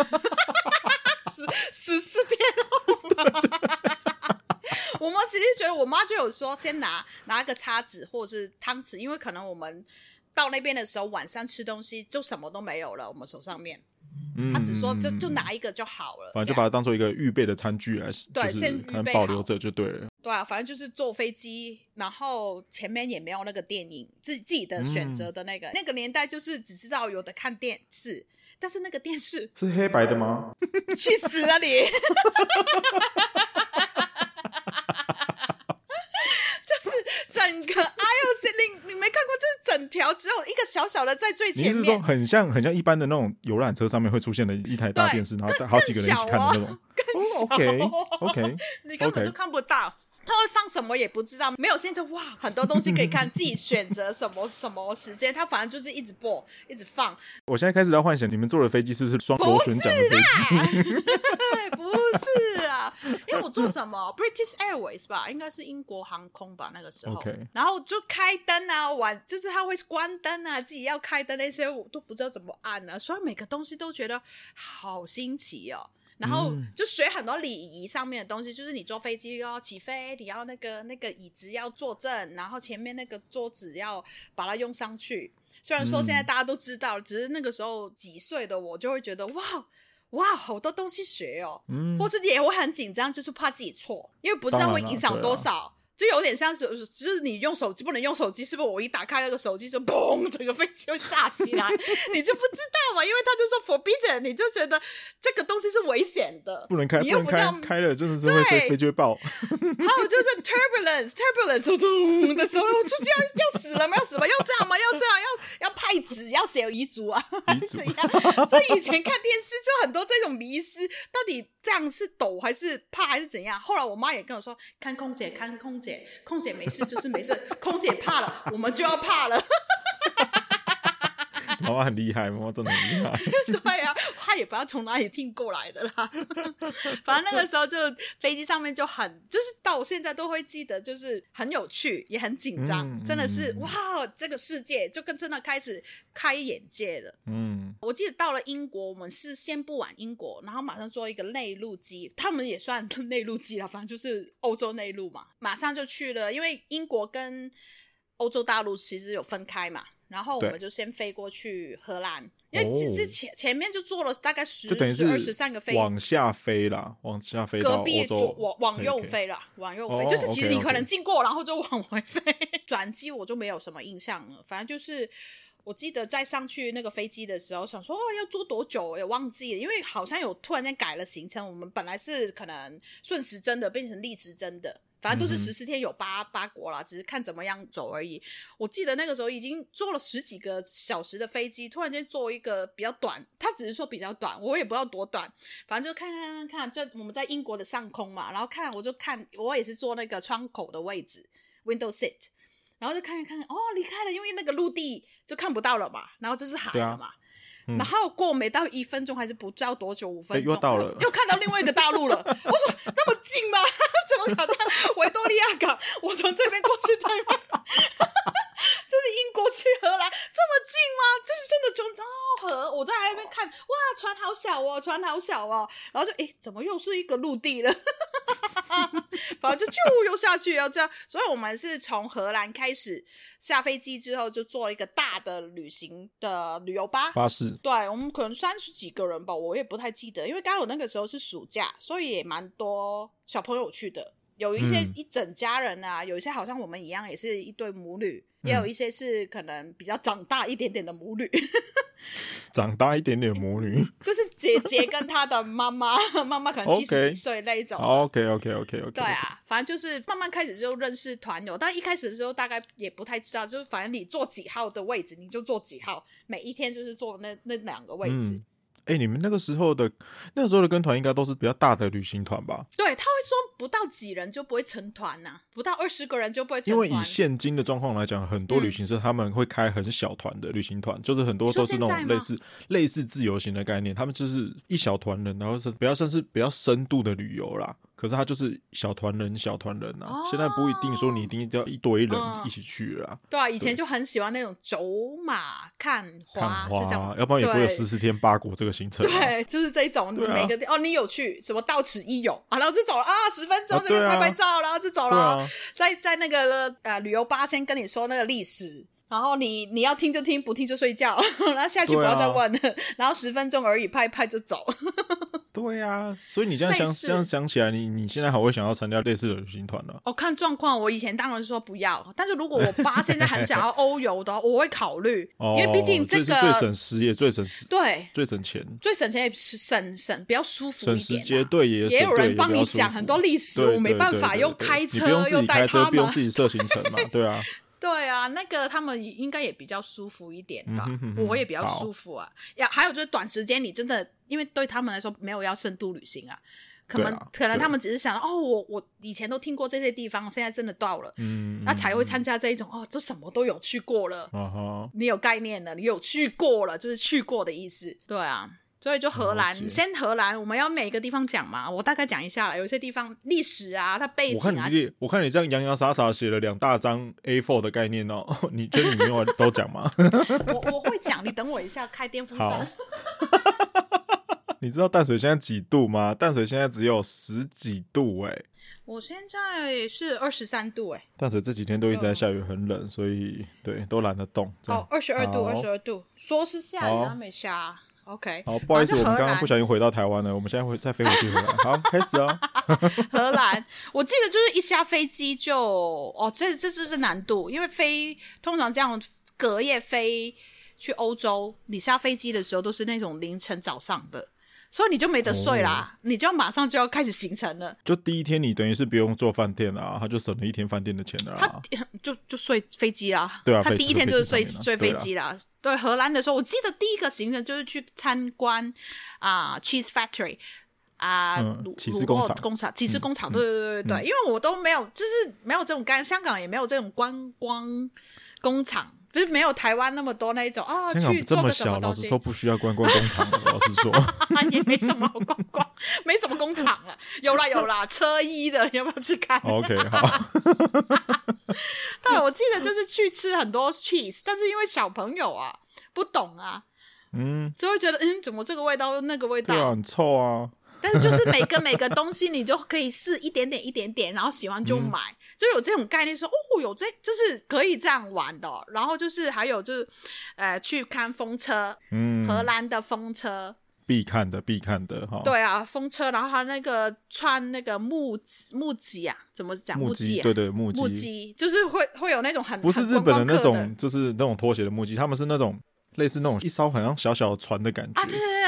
十四天了。我们其实觉得我妈就有说先拿拿个叉子或者是汤匙，因为可能我们到那边的时候晚上吃东西就什么都没有了，我们手上面、嗯、她只说就就拿一个就好了， 反正就把它当做一个预备的餐具来， 对， 就是可能保留着就对了。 对啊，反正就是坐飞机，然后前面也没有那个电影，自自己的选择的那个、嗯、那个年代就是只知道有的看电视，但是那个电视是黑白的吗？ 去死啊你！就是整个 aisle 你没看过，就是整条只有一个小小的在最前面。 你是说很像很像一般的那种游览车上面会出现的一台大电视，然后好几个人一起看的那种？ 更小、哦、 OK OK， 你根本就看不到。他会放什么也不知道，没有现在哇很多东西可以看，自己选择什么什么时间，他反正就是一直播一直放。 我现在开始要幻想你们坐的飞机是不是双螺旋桨的飞机？ 不是啊，因为我坐什么 British Airways 吧，应该是英国航空吧那个时候、okay. 然后就开灯啊，晚就是他会关灯啊，自己要开灯那些我都不知道怎么按啊，所以每个东西都觉得好新奇哦。然后就学很多礼仪上面的东西，就是你坐飞机要起飞，你要那个那个椅子要坐正，然后前面那个桌子要把它用上去。虽然说现在大家都知道、嗯、只是那个时候几岁的我就会觉得哇哇好多东西学哦、嗯、或是也会很紧张，就是怕自己错，因为不知道会影响多少，就有点像是就是你用手机不能用手机，是不是我一打开那个手机就砰整个飞机会炸起来你就不知道嘛，因为他就说 forbidden， 你就觉得这个东西是危险的， 不能开， 你又不能开，开了真的是会飞机会爆还有就是 turbulence turbulence 咚的时候我出去要要死了吗要死了吗要这样吗要这样要要派纸要写遗嘱啊还是怎样所以以前看电视就很多这种迷思，到底这样是抖还是怕还是怎样，后来我妈也跟我说看空姐看空姐空姐没事就是没事，空姐怕了我们就要怕了妈妈很厉害，妈妈真的很厉害对啊，她也不知道从哪里听过来的啦反正那个时候就飞机上面就很就是到我现在都会记得，就是很有趣也很紧张、嗯、真的是、嗯、哇这个世界就跟真的开始开眼界了。嗯，我记得到了英国，我们是先不往英国，然后马上坐一个内陆机，他们也算内陆机啦，反正就是欧洲内陆嘛，马上就去了，因为英国跟欧洲大陆其实有分开嘛，然后我们就先飞过去荷兰，因为之前、哦、前面就坐了大概十、十二、十三个飞， 往下飞啦，往下飞到欧洲， 隔壁坐往往右飞啦， okay. 往右飞、哦、就是其实你可能经过、哦 okay, okay. 然后就往回飞转机我就没有什么印象了，反正就是我记得在上去那个飞机的时候想说哦要坐多久我也忘记了，因为好像有突然间改了行程，我们本来是可能顺时针的变成逆时针的， 反正都是十四天有八八国啦，只是看怎么样走而已。我记得那个时候已经坐了十几个小时的飞机，突然间坐一个比较短，他只是说比较短，我也不知道多短，反正就看看看看，这我们在英国的上空嘛，然后看我就看，我也是坐那个窗口的位置 window seat， 然后就看一看，哦离开了，因为那个陆地就看不到了嘛，然后就是海了嘛。嗯、然后过没到一分钟还是不知道多久五分钟、 欸、又到了， 又看到另外一个大陆了我说那么近吗怎么好像维多利亚港我从这边过去对面就是英国去荷兰这么近吗？就是真的就哦河，我在那边看哇船好小哦船好小哦，然后就诶怎么又是一个陆地了反正就啾又下去了这样，所以我们是从荷兰开始下飞机之后就坐一个大的旅行的旅游巴巴士， 对，我们可能三十几个人吧，我也不太记得，因为刚好那个时候是暑假，所以也蛮多小朋友去的，有一些一整家人啊、嗯、有一些好像我们一样也是一对母女、嗯、也有一些是可能比较长大一点点的母女长大一点点的母女就是姐姐跟她的妈妈妈妈可能七十几岁那一种 OK OK OK OK 对啊，反正就是慢慢开始就认识团友，但一开始的时候大概也不太知道，就是反正你坐几号的位置你就坐几号，每一天就是坐那那两个位置、嗯哎、欸，你们那个时候的那个时候的跟团应该都是比较大的旅行团吧？ 对，他会说不到几人就不会成团呐、啊，不到二十个人就不会成团。 因为以现今的状况来讲，很多旅行社他们会开很小团的旅行团、嗯，就是很多都是那种类似类似自由行的概念，他们就是一小团人，然后是比较算是比较深度的旅游啦。可是他就是小团人小团人啊、哦，现在不一定说你一定要一堆人一起去啦、嗯、 对啊，以前就很喜欢那种走马看花， 看花要不然也不会有十四天八国这个行程、啊、 对，就是这种、啊、每个地哦你有去什么到此一游啊，然后就走了啊，十分钟这边拍拍照、啊、然后就走了、啊、在在那个呃旅游巴先跟你说那个历史，然后你你要听就听，不听就睡觉然后下去不要再问了、啊、然后十分钟而已，拍一拍就走对啊，所以你这样想这样想起来，你你现在还会想要参加类似的旅行团了？ 哦，看状况，我以前当然是说不要，但是如果我爸现在很想要欧游的我会考虑、哦、因为毕竟这个最省时也最省时， 对， 最省钱， 最省钱也省省比较舒服一点、啊， 省时间对也也有人帮你讲很多历史，我没办法又开车， 你不用自己开车， 又不用自己设行程嘛，对啊。 对啊，那个他们应该也比较舒服一点吧、嗯、哼哼哼我也比较舒服啊。呀，还有就是短时间你真的，因为对他们来说没有要深度旅行啊，可能、啊、可能他们只是想哦，我我以前都听过这些地方，现在真的到了，嗯，那才会参加这一种哦，这什么都有去过了、uh-huh. 你有概念了，你有去过了，就是去过的意思。对啊，所以就荷兰，先荷兰，我们要每个地方讲嘛，我大概讲一下了。有些地方历史啊，它背景啊， 我看你，我看你这样洋洋洒洒写了两大张 A 四 的概念哦，你觉得你没有都讲吗？ 我我会讲，你等我一下，开电风扇。 你知道淡水现在几度吗？淡水现在只有十几度哎、欸。 我现在是二十三度哎、欸。 淡水这几天都一直在下雨，很冷，所以对都懒得动。 哦，二十二度，二十二度，说是下雨，它没下。OK， 好，不好意思，我们刚刚不小心回到台湾了，我们现在会再飞回去荷兰。好，开始哦。 荷兰，我记得就是一下飞机就哦，这这就是难度，因为飞通常这样隔夜飞去欧洲，你下飞机的时候都是那种凌晨早上的。所以你就没得睡啦、哦、你就马上就要开始行程了。 就第一天你等于是不用坐饭店啦，他就省了一天饭店的钱了啦。 他就就睡飞机啦。 对啊， 他第一天就是睡睡飞机啦。对，荷兰的时候，我记得第一个行程就是去参观啊、呃、cheese factory 啊、呃嗯，起司工厂， 工厂，起司工厂，对对对对对、嗯，因为我都没有，就是没有这种干，香港也没有这种观光工厂。就是没有台湾那么多那一种啊，去做个什么东西。 老实说不需要观光工厂的，老实说也没什么观光，没什么工厂了。有啦有啦，车衣的要不要去看 ？OK， 好。 对，我记得就是去吃很多 cheese， 但是因为小朋友啊不懂啊，嗯，就会觉得嗯，怎么这个味道那个味道， 对啊，很臭啊。 但是就是每个每个东西你就可以试一点点一点点，然后喜欢就买、嗯、就有这种概念说哦，有这就是可以这样玩的、哦、然后就是还有就是呃去看风车，嗯，荷兰的风车必看的必看的哈。 对啊，风车，然后还有那个穿那个木木屐啊，怎么讲木屐、啊？ 对对，木屐， 木屐就是会会有那种很不是日本的那种，就是那种拖鞋的木屐，他们是那种类似那种一艘好像小小的船的感觉啊， 对对对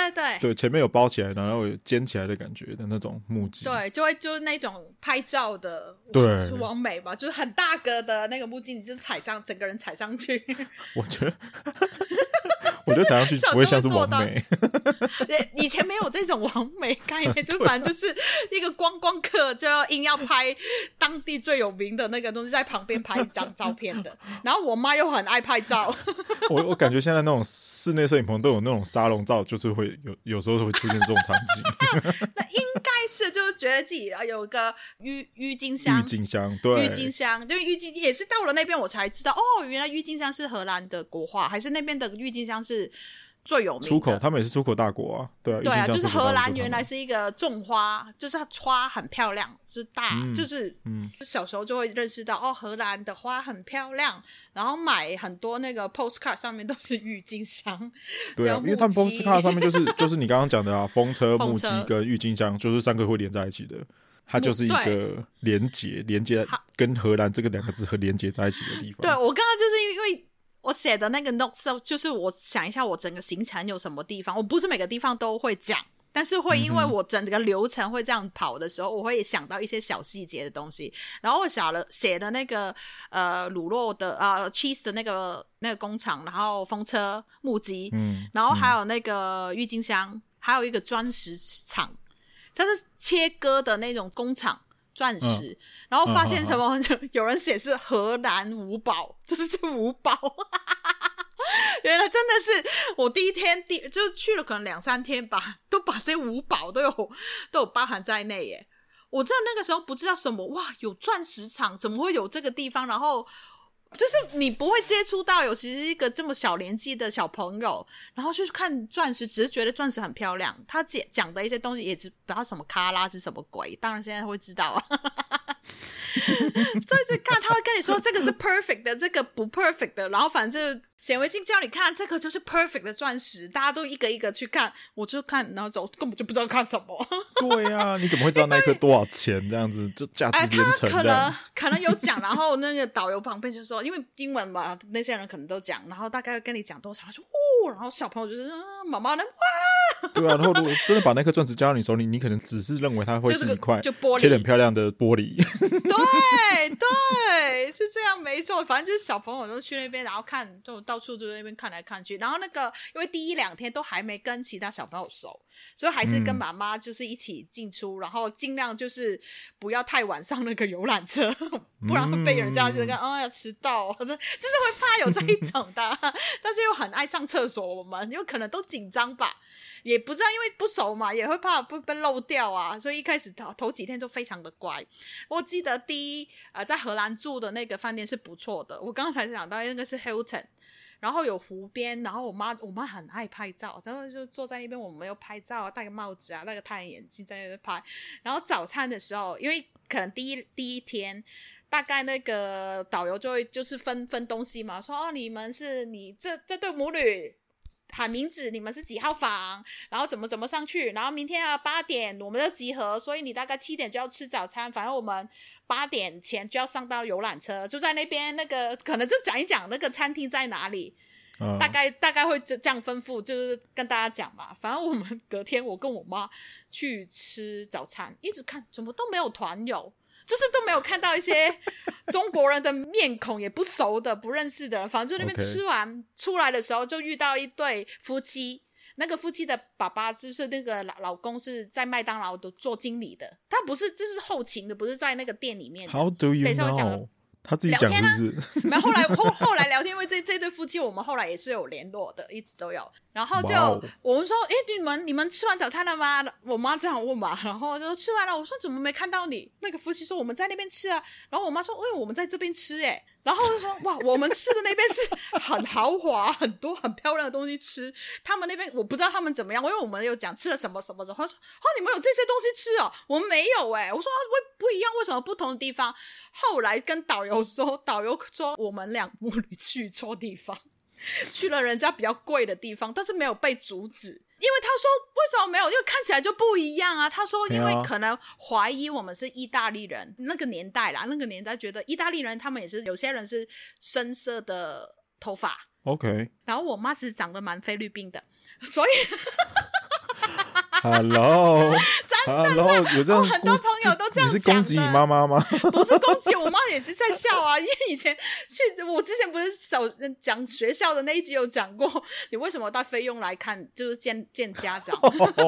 对对对，前面有包起来，然后有尖起来的感觉的那种木屐， 对，就会就是那种拍照的， 对， 完美吧，就是很大个的那个木屐，你就踩上，整个人踩上去。 我觉得。我觉得踩上去不会像是网美， 以前没有这种网美概念，就反正就是一个观光客就要硬要拍当地最有名的那个东西，在旁边拍一张照片的。然后我妈又很爱拍照， 我我感觉现在那种室内摄影棚都有那种沙龙照，就是会有有时候会出现这种场景。 那应该是就是觉得自己有一个郁郁金香， 郁金香，对， 郁金香，对，郁金也是到了那边我才知道，哦，原来郁金香是荷兰的国花，还是那边的郁金香是最有名的出口，他们也是出口大国啊，对啊， 对啊，就是荷兰原来是一个种花，就是它花很漂亮，就是大，嗯、就是嗯，小时候就会认识到哦，荷兰的花很漂亮，然后买很多那个 postcard 上面都是郁金香， 对啊，因为他们 postcard 上面就是就是你刚刚讲的啊，风车、木屐跟郁金香，就是三个会连在一起的。它就是一个连结，连结跟荷兰这个两个字和连结在一起的地方。 对，我刚刚就是因为我写的那个 notes， 就是我想一下我整个行程有什么地方，我不是每个地方都会讲，但是会因为我整个流程会这样跑的时候，我会想到一些小细节的东西。然后我写了写的那个呃乳酪的呃 cheese 的那个那个工厂，然后风车、木屐，嗯，然后还有那个郁金香，还有一个钻石厂。它是切割的那种工厂钻石、嗯、然后发现什么、嗯、有人写是荷兰五宝，就是这五宝原来真的是我第一天第就去了可能两三天吧，都把这五宝都有都有包含在内耶。我真的那个时候不知道什么，哇，有钻石厂怎么会有这个地方，然后就是你不会接触到有其实一个这么小年纪的小朋友，然后去看钻石，只是觉得钻石很漂亮，他讲的一些东西也只不知道什么卡拉是什么鬼，当然现在会知道啊这一次看他会跟你说这个是 perfect 的，这个不 perfect 的，然后反正显微镜叫你看这个就是 perfect 的钻石，大家都一个一个去看，我就看然后走根本就不知道看什么对啊，你怎么会知道那颗多少钱这样子，就价值连城这样、 欸、他可能可能有讲，然后那个导游旁边就说因为英文嘛，那些人可能都讲，然后大概跟你讲多少，他说哦，然后小朋友就是妈妈呢哇对啊，然后如果真的把那颗钻石交到你手里，你可能只是认为它会是一块就玻璃切得很漂亮的玻璃对对是这样没错，反正就是小朋友都去那边然后看，就到处就在那边看来看去，然后那个因为第一两天都还没跟其他小朋友熟，所以还是跟妈妈就是一起进出、嗯、然后尽量就是不要太晚上那个游览车不然会被人家就看、嗯、哦要迟到，就是会怕有这一种的但是又很爱上厕所，我们有可能都紧张吧，也不知道因为不熟嘛，也会怕不被漏掉啊，所以一开始 头, 头几天就非常的乖。我记得第一、呃、在荷兰住的那个饭店是不错的，我刚才想到那个是 Hilton， 然后有湖边，然后我妈我妈很爱拍照，然后就坐在那边，我们又拍照，戴个帽子啊，戴个太阳眼镜在那边拍。然后早餐的时候，因为可能第一第一天大概那个导游就会就是分分东西嘛，说哦你们是你这这对母女喊名字，你们是几号房，然后怎么怎么上去，然后明天啊八点我们就集合，所以你大概七点就要吃早餐，反正我们八点前就要上到游览车，就在那边那个可能就讲一讲那个餐厅在哪里、嗯、大概大概会这样吩咐，就是跟大家讲嘛。反正我们隔天我跟我妈去吃早餐，一直看怎么都没有团友，就是都没有看到一些中国人的面孔，也不熟的不认识的人，反正就那边吃完、okay. 出来的时候就遇到一对夫妻，那个夫妻的爸爸就是那个老公是在麦当劳的做经理的，他不是这是后勤的，不是在那个店里面的。 How do you know？他自己讲是不是？ 没有，后来后后来聊天，因为这这对夫妻我们后来也是有联络的，一直都有。然后就、wow. 我们说，哎，你们你们吃完早餐了吗？我妈这样问嘛，然后就说吃完了。我说怎么没看到你？那个夫妻说我们在那边吃啊。然后我妈说，哎，我们在这边吃哎。然后就说哇，我们吃的那边是很豪华，很多很漂亮的东西吃。他们那边我不知道他们怎么样，因为我们有讲吃了什么什么什么。他说哦，你们有这些东西吃哦，我们没有哎。我说为不一样，为什么不同的地方？后来跟导游说，导游说我们两母女去错地方，去了人家比较贵的地方，但是没有被阻止。因为他说为什么没有，因为看起来就不一样啊。他说因为可能怀疑我们是意大利人，那个年代啦，那个年代觉得意大利人他们也是有些人是深色的头发 OK， 然后我妈其实长得蛮菲律宾的，所以 Hello， 真的 Hello， 有这样、 哦、很多朋友都这样讲的。 你是攻击你妈妈吗？ 不是攻击，我妈也是在笑啊。因为以前去，我之前不是小讲学校的那一集有讲过，你为什么带菲佣来看，就是见见家长。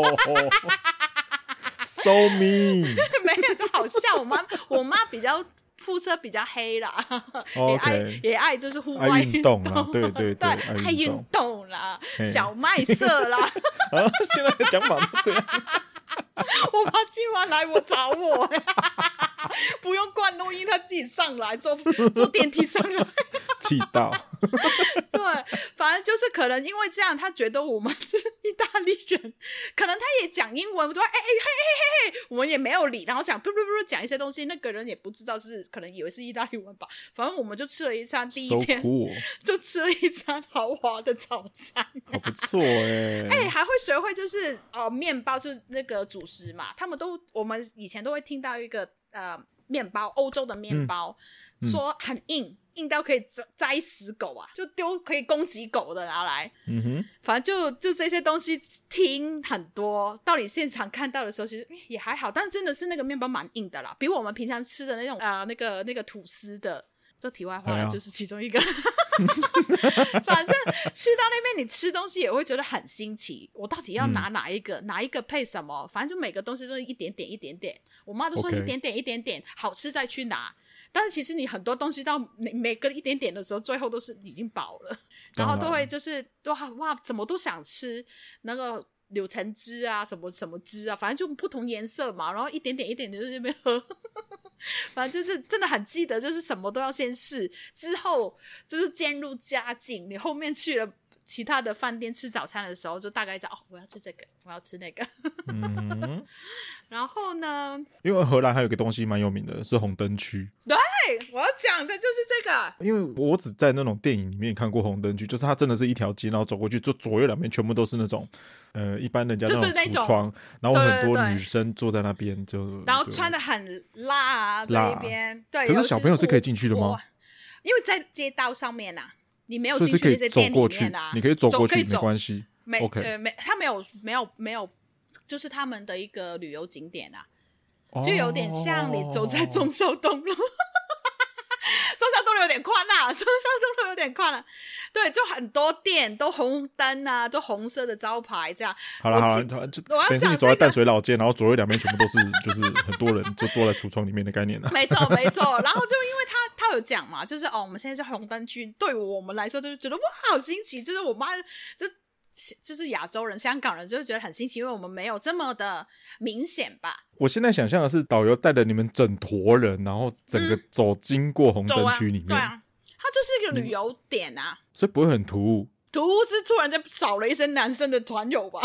So mean， 没有就好笑。我妈我妈比较肤色比较黑啦， okay, 也爱也爱就是户外运动啦，对对对, 对爱运动啦，小麦色啦。 啊，现在的讲法都这样。 我妈今晚来我找我，不用灌录音，她自己上来坐坐电梯上来。 气到。 对，反正就是可能因为这样，他觉得我们就是意大利人，可能他也讲英文，我说哎哎嘿嘿嘿嘿，我们也没有理，然后讲不不不讲一些东西，那个人也不知道是，可能以为是意大利文吧。反正我们就吃了一餐，第一天、so cool. 就吃了一餐豪华的早餐， 好不错哎、欸， 哎、欸，还会学会就是呃面包是那个主食嘛，他们都我们以前都会听到一个呃面包，欧洲的面包、嗯、说很硬。硬到可以摘死狗啊，就丢可以攻击狗的拿来， 嗯哼， 反正就就这些东西听很多，到你现场看到的时候其实也还好，但真的是那个面包蛮硬的啦，比我们平常吃的那种啊、呃、那个那个吐司的，这题外话了、哎、就是其中一个反正去到那边你吃东西也会觉得很新奇，我到底要拿哪一个、嗯、哪一个配什么，反正就每个东西都是一点点一点点，我妈都说一点点一点点、okay. 好吃再去拿，但是其实你很多东西到每每个一点点的时候，最后都是已经饱了，然后都会就是哇哇怎么都想吃那个柳橙汁啊，什么什么汁啊，反正就不同颜色嘛，然后一点点一点点就在那边喝，反正就是真的很记得，就是什么都要先试，之后就是渐入佳境，你后面去了其他的饭店吃早餐的时候，就大概知道哦，我要吃这个，我要吃那个。嗯，然后呢？ 因为荷兰还有一个东西蛮有名的，是红灯区。 对，我要讲的就是这个。 因为我只在那种电影里面看过红灯区，就是它真的是一条街，然后走过去，就左右两边全部都是那种呃一般人家那种橱窗、就是，然后很多女生坐在那边，就然后穿的很辣啊，在那边。对， 可是小朋友是可以进去的吗？ 因为在街道上面啊。你没有进去那些店里面啊， 你可以走过去，没关系。 没 OK， 呃，没，他没有，没有，没有，就是他们的一个旅游景点啊，哦、就有点像你走在忠孝东路，忠孝东路有点宽啦、啊，忠孝东路有点宽了、啊。对，就很多店都红灯啊，都红色的招牌这样。 好了好了，就等于是你走在淡水老街，然后左右两边全部都是就是很多人就坐在橱窗里面的概念了、啊。 没错没错，然后就因为他他有讲嘛，就是哦，我们现在是红灯区，对我们来说就觉得哇好新奇，就是我妈就就是亚洲人、香港人就觉得很新奇，因为我们没有这么的明显吧。 我现在想象的是导游带着你们整坨人，然后整个走经过红灯区里面。嗯、 对啊，它就是一个旅游点啊。嗯， 所以不会很突兀， 突兀是突然间少了一些男生的团友吧。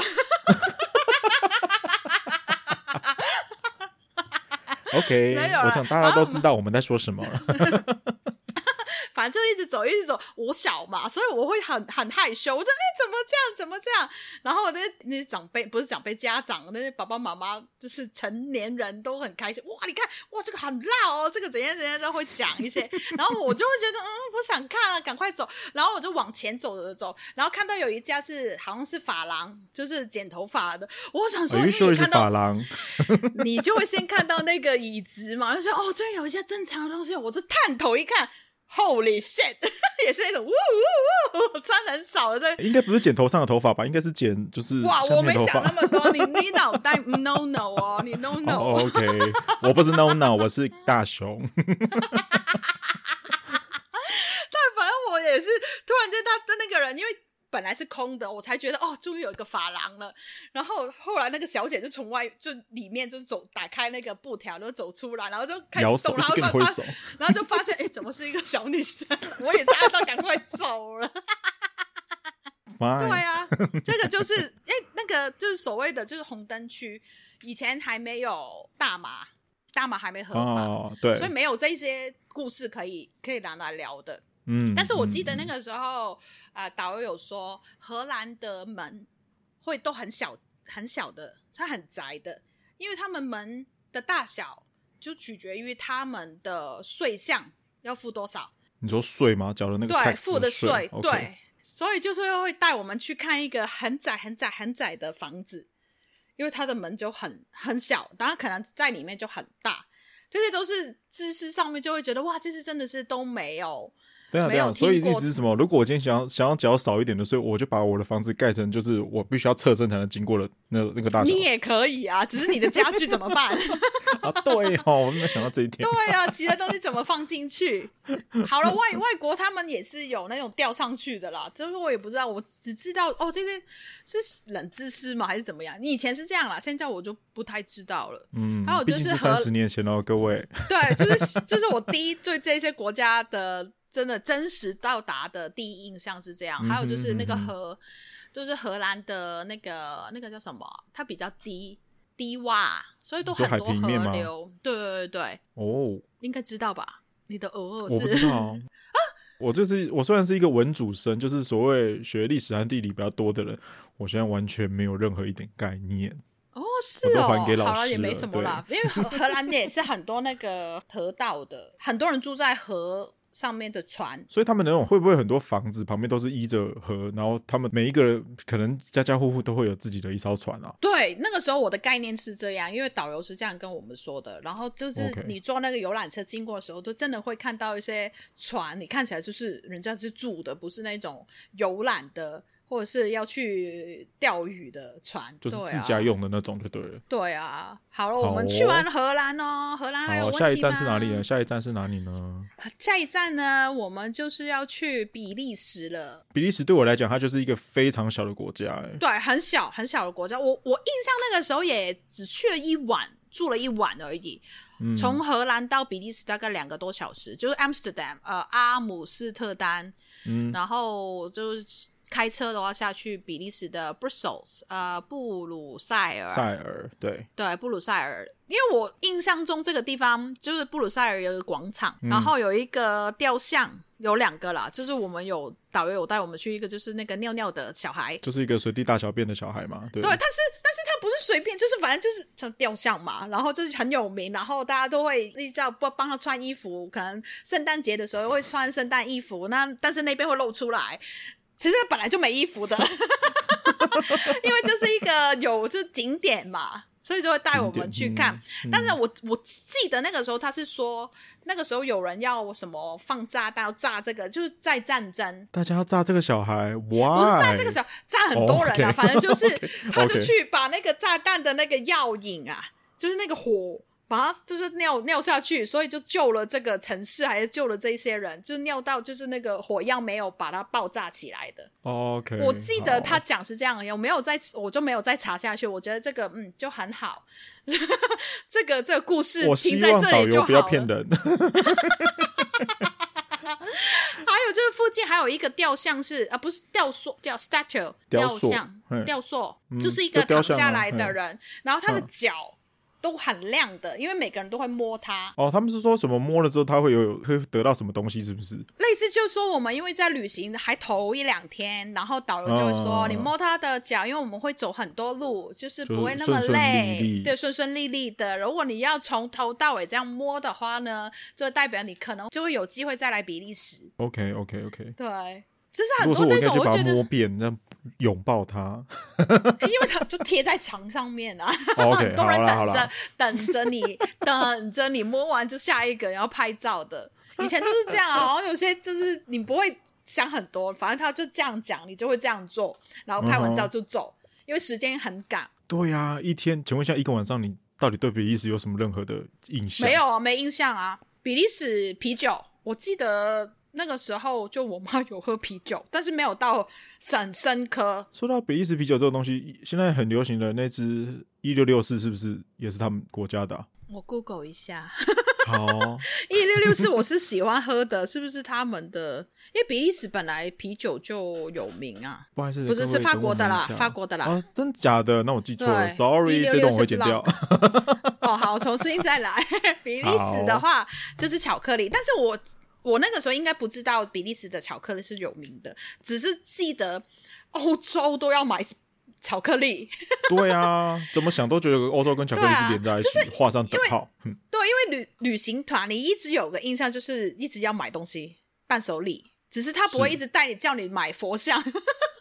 OK， 我想大家都知道我们在说什么了。 反正就一直走一直走，我小嘛，所以我会很很害羞，我就哎、欸、怎么这样怎么这样，然后那些那些长辈不是长辈家长，那些爸爸妈妈就是成年人都很开心，哇你看哇这个很辣哦，这个怎样怎样都会讲一些，然后我就会觉得嗯不想看了，赶快走，然后我就往前走着走，然后看到有一家是好像是发廊，就是剪头发的，我想说你说是发廊， 你就会先看到那个椅子嘛，就说哦这有一些正常的东西，我就探头一看。Holy shit 也是那种呜呜呜穿很少的， 应该不是剪头上的头发吧，应该是剪就是哇我没想那么多，你你脑袋 no no 哦，你 no no、 oh, OK 我不是 no no 我是大熊。对， 反正我也是突然间他的那个人因为本来是空的，我才觉得哦终于有一个发廊了，然后后来那个小姐就从外就里面就走打开那个布条就走出来，然后就开始动，然后就发然后就发现哎怎么是一个小女生，我也是按到赶快走了。对啊，这个就是哎那个就是所谓的就是红灯区，以前还没有大麻大麻还没合法、 哦、对， 所以没有这些故事可以可以拿来聊的。 嗯， 但是我记得那个时候啊、嗯呃，导游有说荷兰的门会都很小很小的，它很窄的，因为他们门的大小就取决于他们的税项要付多少。 你说税吗？缴了那个 tax 对，付的税， okay. 对，所以就是会带我们去看一个很窄很窄很窄的房子， 因为它的门就很很小，当然可能在里面就很大，这些都是知识上面就会觉得哇，这些真的是都没有。 对啊对啊，所以意思是什么？如果我今天想要想要缴少一点的税，我就把我的房子盖成就是我必须要侧身才能经过的那那个大小。 你也可以啊，只是你的家具怎么办？ 啊，对哦，我没有想到这一点。 对啊，其他东西怎么放进去？好了，外外国他们也是有那种吊上去的啦，就是我也不知道，我只知道哦，这些是冷知识吗？还是怎么样？你以前是这样啦，现在我就不太知道了。嗯，还有就是三十年前哦，各位。 对，就是就是我第一对这些国家的。真的真实到达的第一印象是这样，嗯、还有就是那个河，嗯、就是荷兰的那个那个叫什么？它比较低低洼，所以都很多河流。对对对对，哦，应该知道吧？你的哦， 我不知道啊。我就是我虽然是一个文主生，就是所谓学历史和地理比较多的人，我现在完全没有任何一点概念。 哦，是哦，好了，也没什么啦，因为荷荷兰也是很多那个河道的，很多人住在河上面的船， 所以他们那种会不会很多房子旁边都是依着河，然后他们每一个人可能家家户户都会有自己的一艘船啊？ 对，那个时候我的概念是这样，因为导游是这样跟我们说的，然后就是你坐那个游览车经过的时候，都真的会看到一些船，你看起来就是人家是住的，不是那种游览的或者是要去钓鱼的船， 就是自家用的那种就对了。 对啊，好了，我们去完荷兰哦，荷兰还有问题吗？ 下一站是哪里呢？下一站是哪里呢？ 下一站呢，我们就是要去比利时了。 比利时对我来讲，它就是一个非常小的国家，欸， 对，很小很小的国家。我我印象那个时候也只去了一晚，住了一晚而已。嗯、从荷兰到比利时大概两个多小时，就是 Amsterdam 呃阿姆斯特丹，嗯，然后就是。开车的话下去比利时的 Brussels 呃布鲁塞尔塞尔对对布鲁塞尔，因为我印象中这个地方就是布鲁塞尔有一个广场，嗯、然后有一个雕像，有两个啦，就是我们有导游有带我们去一个，就是那个尿尿的小孩， 就是一个随地大小便的小孩嘛，对， 对，但是但是他不是随便，就是反正就是像雕像嘛，然后就是很有名，然后大家都会一直要帮他穿衣服，可能圣诞节的时候会穿圣诞衣服，那但是那边会露出来。其实本来就没衣服的因为就是一个有就是景点嘛，所以就会带我们去看，嗯嗯、但是我我记得那个时候他是说那个时候有人要什么放炸弹要炸这个，就是在战争大家要炸这个小孩，哇， 不是炸这个小孩，炸很多人啊， oh, okay. 反正就是他就去 okay. 把那个炸弹的那个药引啊，就是那个火把它就是尿尿下去，所以就救了这个城市，还是救了这一些人，就是尿到就是那个火药没有把它爆炸起来的。 Oh, OK， 我记得他讲是这样，有没有再我就没有再查下去。我觉得这个嗯就很好，这个这个故事停在这里就好了。我希望导游不要骗人。还有就是附近还有一个雕像是啊，不是雕塑，叫 statue 雕像雕塑，就是一个躺下来的人，然后他的脚。都很亮的，因为每个人都会摸它。 哦，他们是说什么摸了之后他会有会得到什么东西，是不是？ 类似就是说我们因为在旅行还头一两天，然后导游就会说、哦、你摸他的脚，因为我们会走很多路，就是不会那么累，顺顺利利对，顺顺利利的。如果你要从头到尾这样摸的话呢，就代表你可能就会有机会再来比利时。 OK OK OK， 对。就是很多这种，我觉得摸遍，这样拥抱他， 因为他就贴在墙上面啊， okay, 很多人等着等着你，等着你摸完就下一个，然后拍照的。以前都是这样啊，好像有些就是你不会想很多，反正他就这样讲，你就会这样做，然后拍完照就走，嗯、因为时间很赶。 对啊，一天，请问一下，一个晚上你到底对比利时有什么任何的印象？ 没有啊，没印象啊。比利时啤酒，我记得。那个时候就我妈有喝啤酒，但是没有到很深刻。 说到比利时啤酒这种东西，现在很流行的那支一六六四是不是也是他们国家的、啊？ 我 Google 一下。 好， 一六六四我是喜欢喝的，是不是他们的？因为比利时本来啤酒就有名啊。 不好意思， 不是是法国的啦，法国的啦。 啊，真的假的？那我记错了 ，sorry， 这段我会剪掉。 哦，好，重新再来。比利时的话就是巧克力，但是我。我那个时候应该不知道比利时的巧克力是有名的，只是记得欧洲都要买巧克力。 对啊，怎么想都觉得欧洲跟巧克力是连在一起，画、啊就是、上等号。 对，因为旅旅行团你一直有个印象就是一直要买东西，伴手礼，只是他不会一直带你叫你买佛像。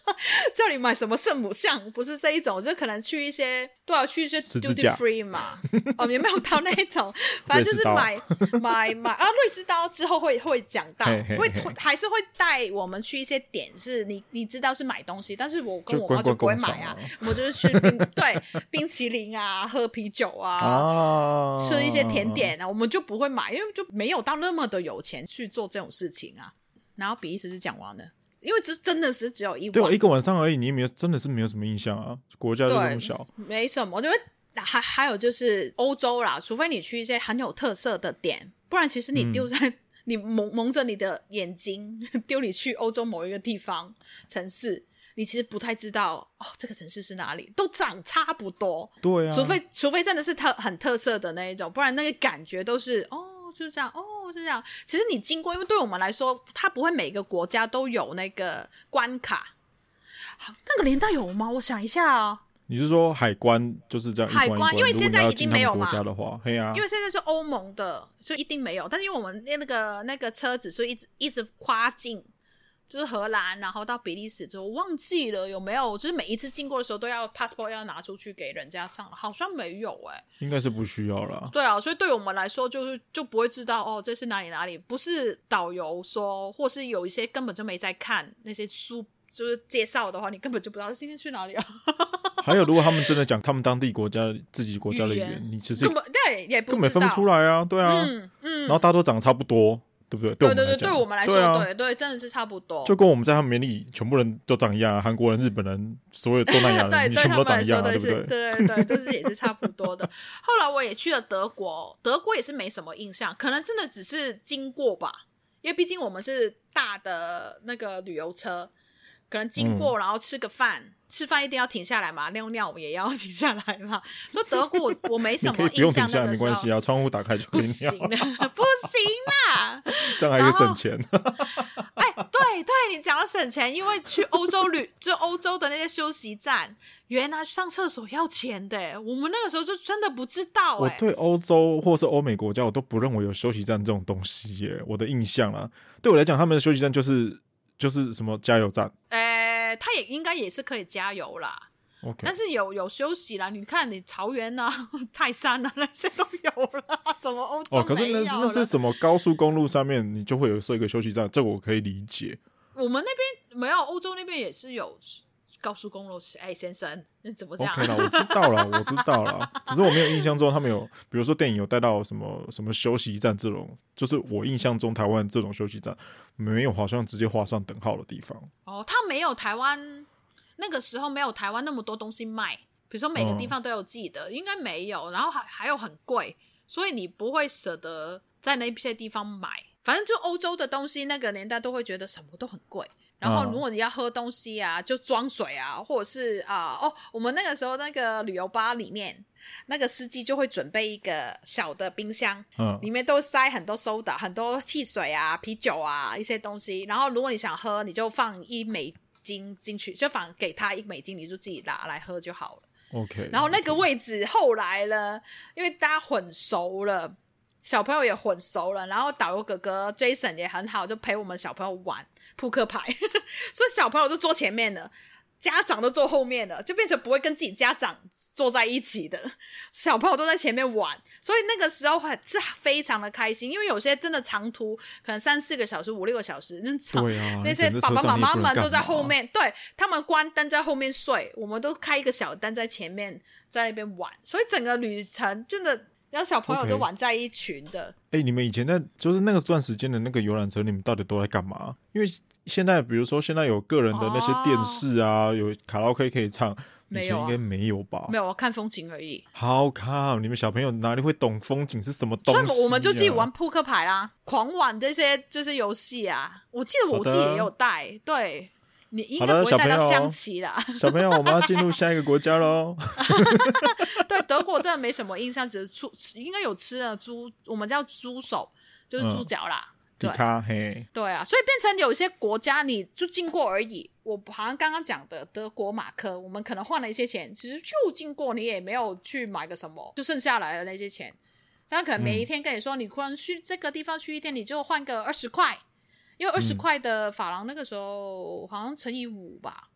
叫你买什么圣母像，不是这一种，就可能去一些都要去一些 duty free 嘛，哦，也没有到那一种，反正就是买买买啊，瑞士刀之后会会讲到， 嘿嘿嘿会还是会带我们去一些点，是你你知道是买东西，但是我跟我妈就不会买啊，我们就是去冰对冰淇淋啊，喝啤酒啊，啊吃一些甜点啊，我们就不会买，因为就没有到那么的有钱去做这种事情啊。然后比利时是讲完了。因为这真的是只有一晚， 对、啊，一个晚上而已，你也没有真的是没有什么印象啊，国家就这么小， 没什么。因为还还有就是欧洲啦，除非你去一些很有特色的点，不然其实你丢在、嗯、你蒙蒙着你的眼睛丢你去欧洲某一个地方城市，你其实不太知道哦，这个城市是哪里，都长差不多。 对啊， 除非除非真的是特很特色的那一种，不然那个感觉都是哦。就是这样哦，是这样。其实你经过，因为对我们来说，它不会每个国家都有那个关卡。好，那个年代有吗？我想一下哦。 你是说海关就是这样一关一关？ 海关，因为现在一定没有嘛。 国家的话，嘿啊， 因为现在是欧盟的，所以一定没有。但是因为我们那个那个车子，所以一直一直跨境。就是荷兰，然后到比利时之后，我忘记了有没有，就是每一次经过的时候都要 passport 要拿出去给人家上，好像没有哎、欸， 应该是不需要啦。 对啊，所以对我们来说就是就不会知道哦，这是哪里哪里，不是导游说，或是有一些根本就没在看那些书，就是介绍的话，你根本就不知道今天去哪里啊。 还有，如果他们真的讲他们当地国家自己国家的语言，你其实根本对也不根本分不出来啊，对啊， 嗯嗯， 然后大家都长得差不多。对不对？ 对对对，对我们来说，对、啊、对, 对，真的是差不多。 就跟我们在他们眼里，全部人都长一样，韩国人、日本人，所有东南亚人，你全部都长一样、啊，对不对？ 对对对，都是也是差不多的。后来我也去了德国，德国也是没什么印象，可能真的只是经过吧，因为毕竟我们是大的那个旅游车，可能经过，然后吃个饭。嗯吃饭一定要停下来嘛，尿尿也要停下来嘛。说德国我没什么印象，那个没关系啊，窗户打开就可以尿。 不行了，不行啦， 这样还可以省钱。 哎，对对，你讲到省钱，因为去欧洲旅，就欧洲的那些休息站，原来上厕所要钱的，我们那个时候就真的不知道。 我对欧洲或是欧美国家，我都不认为有休息站这种东西耶。我的印象啦，对我来讲，他们的休息站就是就是什么加油站。 哎。它也应该也是可以加油啦， okay. 但是有有休息啦。你看你桃园啊、泰山啊那些都有了，怎么欧洲没有了？ 哦，可是那是那是什么高速公路上面你就会有设一个休息站，这个我可以理解。 我们那边没有，欧洲那边也是有高速公路。哎、欸，先生，你怎么这样 ？OK 啦，我知道了，我知道了。只是我没有印象中他们有，比如说电影有带到什么什么休息站这种，就是我印象中台湾这种休息站没有，好像直接画上等号的地方。 哦，他没有台湾那个时候没有台湾那么多东西卖，比如说每个地方都有自己的，嗯、应该没有。然后还还有很贵，所以你不会舍得在那些地方买。反正就欧洲的东西，那个年代都会觉得什么都很贵。然后如果你要喝东西啊，就装水啊，或者是啊、呃、哦，我们那个时候那个旅游巴里面，那个司机就会准备一个小的冰箱，嗯，里面都塞很多 soda， 很多汽水啊、啤酒啊一些东西。然后如果你想喝，你就放一美金进去，就放给他一美金，你就自己拿来喝就好了。 OK。 然后那个位置后来呢，因为大家混熟了。小朋友也混熟了，然后导游哥哥 Jason 也很好，就陪我们小朋友玩扑克牌所以小朋友都坐前面了，家长都坐后面了，就变成不会跟自己家长坐在一起的，小朋友都在前面玩。所以那个时候是非常的开心，因为有些真的长途可能三四个小时五六个小时，那对啊， 那些爸爸妈妈们都在后面，对，他们关灯在后面睡，我们都开一个小灯在前面在那边玩，所以整个旅程真的然后小朋友都玩在一群的。 哎、okay. 欸，你们以前在就是那个段时间的那个游览车，你们到底都在干嘛？因为现在比如说现在有个人的那些电视啊，哦、有卡拉 OK 可以唱，以前应该没有吧？ 没有，看风景而已。 好看，你们小朋友哪里会懂风景是什么东西、啊？ 所以我们就自己玩扑克牌啦，狂玩这些就是游戏啊。我记得我自己也有带，对。你应该不会带到象棋啦。 小朋友，我们要进入下一个国家咯对，德国真的没什么印象，只是出应该有吃的猪，我们叫猪手，就是猪脚啦。嗯、对， 嘿对啊，所以变成有一些国家你就经过而已。我好像刚刚讲的德国马克，我们可能换了一些钱，其实就经过，你也没有去买个什么，就剩下来的那些钱。他可能每一天跟你说，嗯、你可能去这个地方去一天，你就换个二十块。因为二十块的法郎那个时候好像乘以五吧，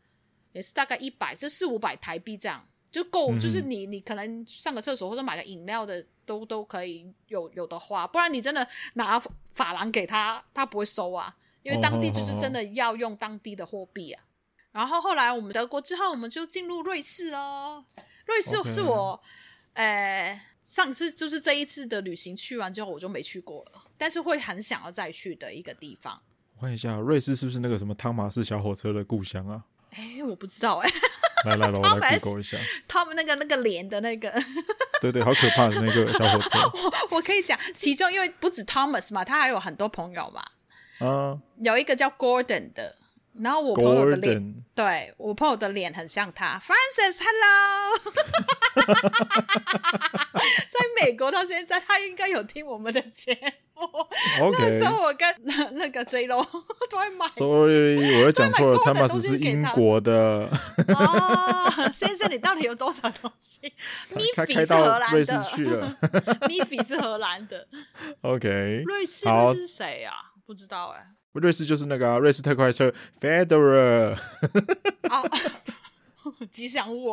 也是大概一百，就四五百台币这样就够， 嗯、 就是你你可能上个厕所或者买个饮料的都都可以有有的花，不然你真的拿法郎给他，他不会收啊，因为当地就是真的要用当地的货币啊。然后后来我们德国之后，我们就进入瑞士咯。瑞士是我，呃、okay. 上次就是这一次的旅行去完之后，我就没去过了，但是会很想要再去的一个地方。 我看一下，瑞士是不是那个什么汤马士小火车的故乡啊？ 哎，我不知道哎、 欸。来来来，我来 Google 一下。 他们那个那个连的那个， 对对，好可怕的那个小火车。 我, 我可以讲，其中因为不止 Thomas 嘛，他还有很多朋友嘛。 啊， 有一个叫 Gordon 的。然后我朋友的脸，对我朋友的脸很像他 ，Francis， Hello， 在美国到现在，他应该有听我们的节目。 OK， 那时候我跟那, 那个 J Lo 都会买。 Sorry， 我讲错了，他们只是英国的。 哦，先生，你到底有多少东西 ？Miffy 是荷兰的， 去了。 Miffy 是荷兰的。 OK， 瑞士瑞士是谁啊？不知道哎、欸。 瑞士就是那个、啊、瑞士特快车 Federer 哦，吉祥物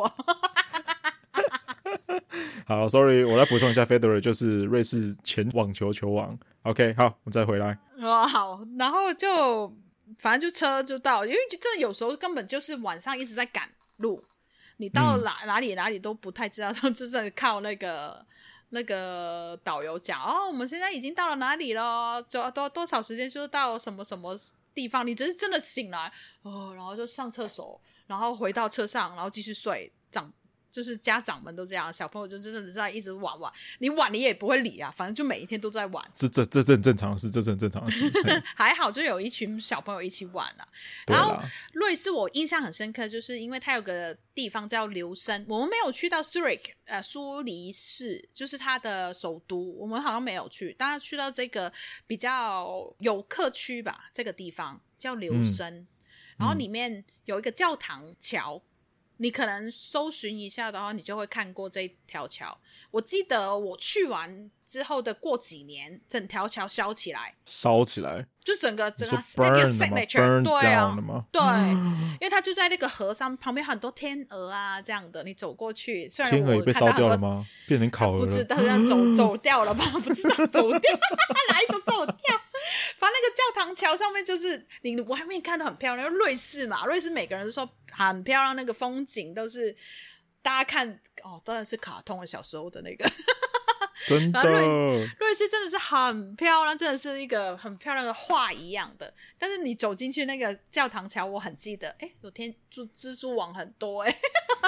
好 sorry 我来补充一下 Federer 就是瑞士前网球球王。 OK 好，我们再回来。 哦，好，然后就反正就车就到，因为真的有时候根本就是晚上一直在赶路，你到哪、嗯、哪里哪里都不太知道，就是靠那个那个导游讲哦，我们现在已经到了哪里了，就多多少时间就到什么什么地方，你只是真的醒来哦，然后就上厕所，然后回到车上，然后继续睡。长就是家长们都这样，小朋友就真的是在一直玩玩，你玩你也不会理啊，反正就每一天都在玩。 这这这是很正常的事，这是很正常的事。 还好就有一群小朋友一起玩啊。然后瑞士我印象很深刻，就是因为它有个地方叫琉森，我们没有去到 Zurich 呃苏黎世，就是它的首都，我们好像没有去，当然去到这个比较游客区吧，这个地方叫琉森、嗯、然后里面有一个教堂桥，你可能搜寻一下的话，你就会看过这条桥。我记得我去完之后的过几年，整条桥烧起来， 烧起来， 就整个整个那个 signature， 对啊，对，因为它就在那个河上旁边，很多天鹅啊这样的，你走过去，虽然我天鹅也被烧掉了吗？变成烤鹅了？ 不知道，走走掉了吧？不知道，走掉，哪一个走掉？反正那个教堂桥上面就是你外面看到很漂亮，瑞士嘛，瑞士每个人都说很漂亮，那个风景都是大家看哦，当然是卡通的小时候的那个。 真的， 瑞瑞士真的是很漂亮，真的是一个很漂亮的画一样的。但是你走进去那个教堂桥，我很记得，哎，有天蜘蜘蛛网很多哎。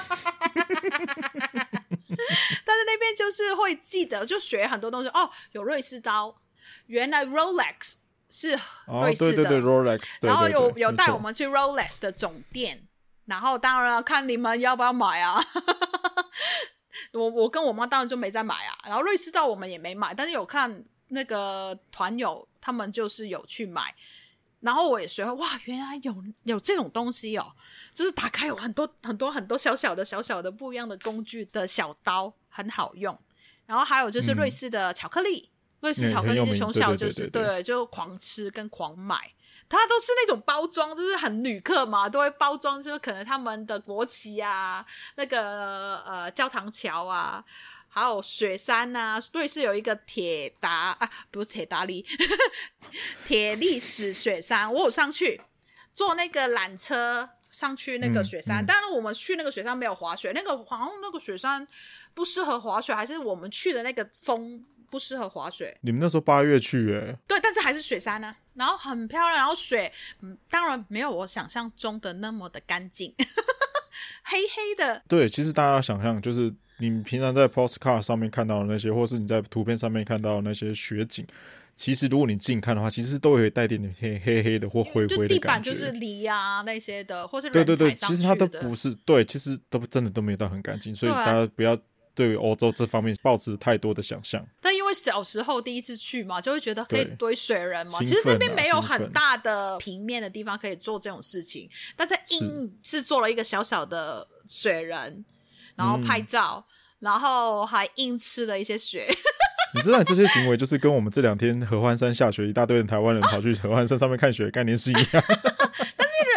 但是那边就是会记得，就学很多东西哦。有瑞士刀，原来 Rolex 是瑞士的，哦、对对对 Rolex， 然后有有带我们去 Rolex 的总店，然后当然看你们要不要买啊。我我跟我妈当然就没再买啊，然后瑞士刀我们也没买，但是有看那个团友他们就是有去买，然后我也学会哇，原来有有这种东西哦，就是打开有很多很多很多小小的小小的不一样的工具的小刀，很好用。然后还有就是瑞士的巧克力，嗯、瑞士巧克力是从小就是、嗯、对, 对, 对, 对, 对就狂吃跟狂买。它都是那种包装，就是很旅客嘛，都会包装，就是可能他们的国旗啊，那个呃教堂桥啊，还有雪山啊。瑞士有一个铁达啊，不是铁达利，铁历史雪山，我有上去坐那个缆车上去那个雪山，当然、嗯嗯、我们去那个雪山没有滑雪，那个好像那个雪山不适合滑雪，还是我们去的那个风不适合滑雪。 你们那时候八月去耶？ 对，但是还是雪山呢、啊，然后很漂亮，然后水、嗯、当然没有我想象中的那么的干净，黑黑的。 对，其实大家想象就是你平常在 postcard 上面看到的那些，或是你在图片上面看到的那些雪景，其实如果你近看的话，其实都会带点点黑黑黑的或灰灰的感觉，就地板就是泥啊那些的，或是人对对对， 踩上去的， 其实它都不是，对，其实都真的都没有到很干净，所以大家不要对欧洲这方面抱持太多的想象。 但因为小时候第一次去嘛，就会觉得可以堆雪人嘛，其实那边没有很大的平面的地方可以做这种事情，但在硬是做了一个小小的雪人，然后拍照、嗯、然后还硬吃了一些雪。 你知道这些行为就是跟我们这两天合欢山下雪，一大堆人台湾人跑去合欢山上面看雪的概念是一样。 但是人家有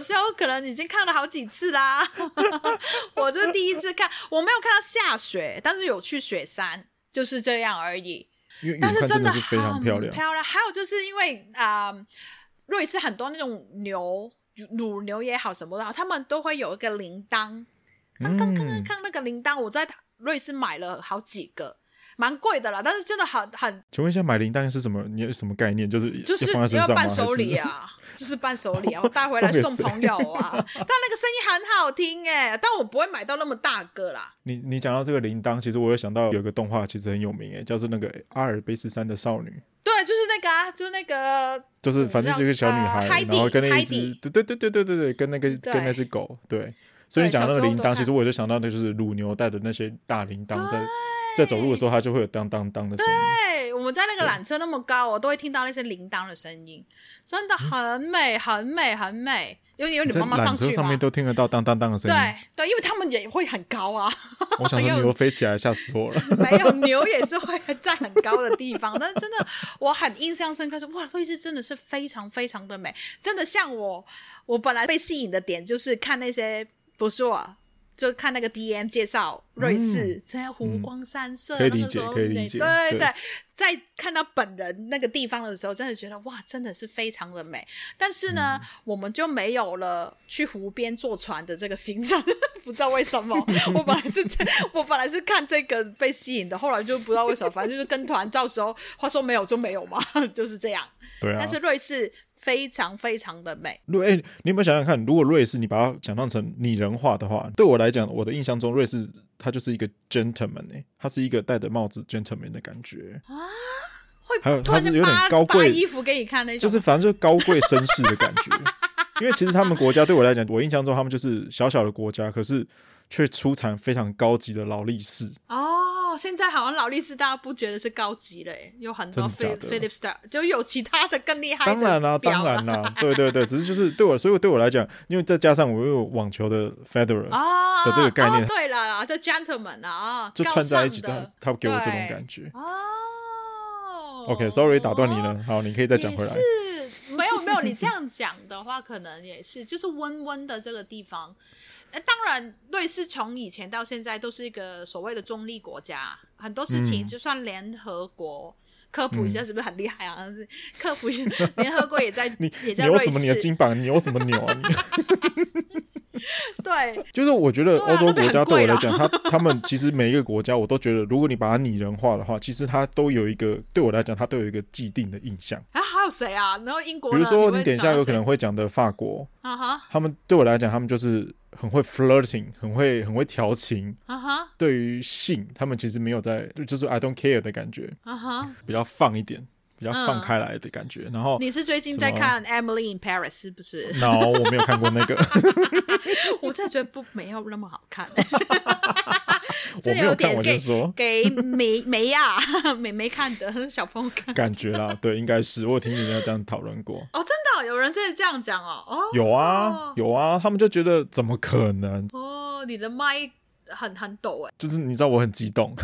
时候可能已经看了好几次啦。我就第一次看，我没有看到下雪，但是有去雪山，就是这样而已。但是真的是非常漂亮， 漂亮。还有就是因为啊、呃，瑞士很多那种牛，乳牛也好什么的，他们都会有一个铃铛。看看看看看那个铃铛，我在瑞士买了好几个，蛮贵的啦，但是真的很很。 请问一下，买铃铛是什么？你有什么概念？就是就是放在身上吗？ 要伴手礼啊，就是伴手礼啊，我带回来送朋友啊。但那个声音很好听哎，但我不会买到那么大个啦。 你你讲到这个铃铛，其实我有想到有一个动画，其实很有名哎，叫做那个阿尔卑斯山的少女。 对，就是那个啊，就是那个， 就是反正是一个小女孩， 呃、 然后跟那一只，对对对对对对对，跟那个跟那只狗，对。所以你讲那个铃铛，其实我就想到那就是乳牛带的那些大铃铛，在在走路的时候，它就会有当当当的声音。 对，我们在那个缆车那么高，我都会听到那些铃铛的声音，真的很美，很美，很美。因为有你妈妈上去嘛， 缆车上面都听得到当当当的声音。 对对，因为他们也会很高啊。 我想说牛飞起来，吓死我了。 没有，牛也是会在很高的地方，但是真的我很印象深刻，是哇，瑞士真的是非常非常的美，真的像我，我本来被吸引的点就是看那些。不是我，就看那个 D M 介绍瑞士，在、嗯、湖光山色， 嗯、可以理解，可以理解。 对 对, 对，在看到本人那个地方的时候，真的觉得哇，真的是非常的美。但是呢，嗯、我们就没有了去湖边坐船的这个行程，不知道为什么。我本来是，我本来是看这个被吸引的，后来就不知道为什么，反正就是跟团，到时候话说没有就没有嘛，就是这样。 对啊。 但是瑞士。非常非常的美。 欸、你有没有想想看，如果瑞士你把它想象成拟人化的话，对我来讲，我的印象中瑞士它就是一个 gentleman、欸、它是一个戴着帽子 gentleman 的感觉啊， 会还有它是有点高贵衣服给你看那种， 就是反正就是高贵绅士的感觉。因为其实他们国家对我来讲，我印象中他们就是小小的国家，可是却出产非常高级的劳力士哦。现在好像劳力士大家不觉得是高级了耶，有很多 Philips Star 就有其他的更厉害的。 当然啦，当然啦，对对对，只是就是对我，所以对我来讲，因为再加上我又有网球的 Federer 的这个概念， 哦哦、对了，就 Gentleman 啊， 就串在一起的，他给我这种感觉。哦 ，OK，Sorry，、okay, 打断你了，好，你可以再讲回来。 是没有没有，你这样讲的话，可能也是，就是温温的这个地方。当然瑞士从以前到现在都是一个所谓的中立国家，很多事情就算联合国、嗯、科普一下是不是很厉害啊、嗯、科普一下联合国也在你也在瑞士， 你有什么你的金榜，你有什么牛啊你对， 就是我觉得欧洲国家对我来讲，他他们其实每一个国家我都觉得，如果你把它拟人化的话，其实它都有一个对我来讲，它都有一个既定的印象。 啊，还有谁啊？然后英国呢， 比如说你等一下有可能会讲的法国，啊哈，他们对我来讲，他们就是很会 flirting， 很会很会调情，啊哈。对于性，他们其实没有在，就是 I don't care 的感觉，啊哈，比较放一点。比较放开来的感觉、嗯、然后你是最近在看 Emily in Paris 是不是？ No， 我没有看过那个我真的觉得不没有那么好看我没有看，我就说给梅梅亚梅梅看的小朋友看感觉啦，对，应该是我有听人家这样讨论过。 哦，真的、哦、有人真的这样讲哦？哦， 有啊有啊，他们就觉得怎么可能？ 哦，你的麦很很抖哎， 就是你知道我很激动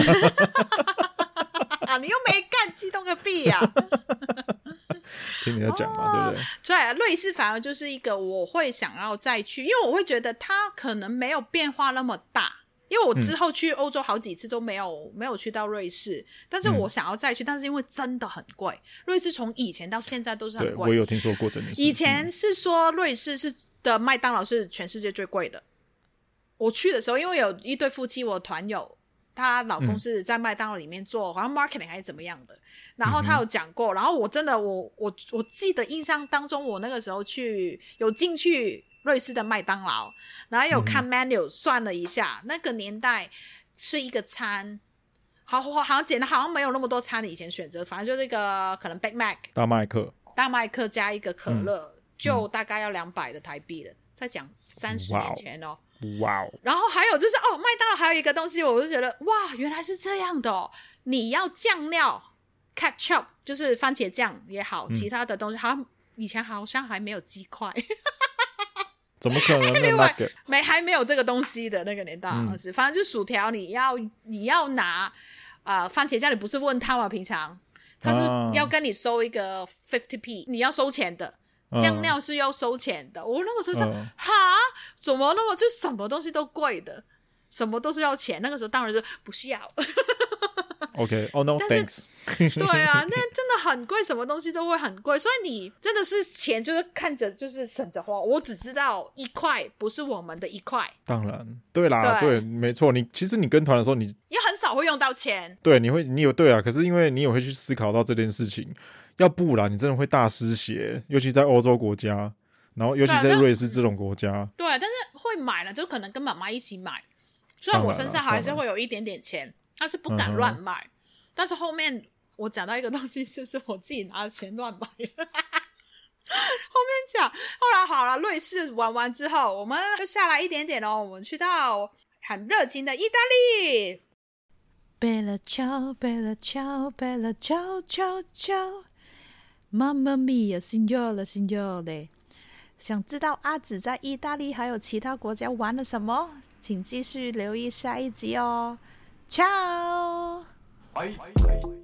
啊，你又没干，激动个屁呀、啊！ 听你在讲嘛、哦，对不对？ 所以瑞士反而就是一个我会想要再去，因为我会觉得它可能没有变化那么大。因为我之后去欧洲好几次都没有、嗯、没有去到瑞士，但是我想要再去，嗯、但是因为真的很贵，瑞士从以前到现在都是很贵。 对，我也有听说过这件事。 以前是说瑞士是的麦当劳是全世界最贵的。我去的时候，因为有一对夫妻，我团友。她老公是在麦当劳里面做、嗯、好像 marketing 还是怎么样的，然后他有讲过、嗯、然后我真的我我我记得印象当中我那个时候去有进去瑞士的麦当劳，然后有看 menu、嗯、算了一下那个年代吃一个餐好好像简单，好像没有那么多餐的以前选择，反正就那个可能 Big Mac 大麦克大麦克加一个可乐、嗯、就大概要两百的台币了，再讲三十年前哦。 哇哦！ 然后还有就是哦，麦当劳还有一个东西，我就觉得哇，原来是这样的哦！你要酱料 ketchup， 就是番茄酱也好，嗯、其他的东西好像以前好像还没有鸡块， 怎么可能呢？那个没还没有这个东西的那个年代，嗯、是反正就薯条，你要你要拿呃番茄酱，你不是问他吗？平常他是要跟你收一个 fifty p， 你要收钱的。 酱料是要收钱的。嗯、我那个时候就哈、嗯，怎么那么就什么东西都贵的，什么都是要钱。那个时候当然是不需要。 OK， 哦、oh, no thanks。 对啊，那真的很贵，什么东西都会很贵，所以你真的是钱就是看着就是省着花。我只知道一块不是我们的一块。 当然，对啦，对，对没错。你其实你跟团的时候你，你也很少会用到钱。 对，你会，你有对啊，可是因为你也会去思考到这件事情，要不然你真的会大失血，尤其在欧洲国家，然后尤其在瑞士这种国家。 对，但是会买了就可能跟妈妈一起买，虽然我身上还是会有一点点钱，但是不敢乱买。嗯、但是后面我讲到一个东西，就是我自己拿的钱乱买。后面讲，后来好了，瑞士玩完之后，我们就下来一点点哦，我们去到很热情的意大利。Bella ciao, Bella ciao, Bella ciao, ciao, ciao, Mamma mia, Signore, Signore。想知道阿紫在意大利还有其他国家玩了什么？请继续留意下一集哦。Ciao。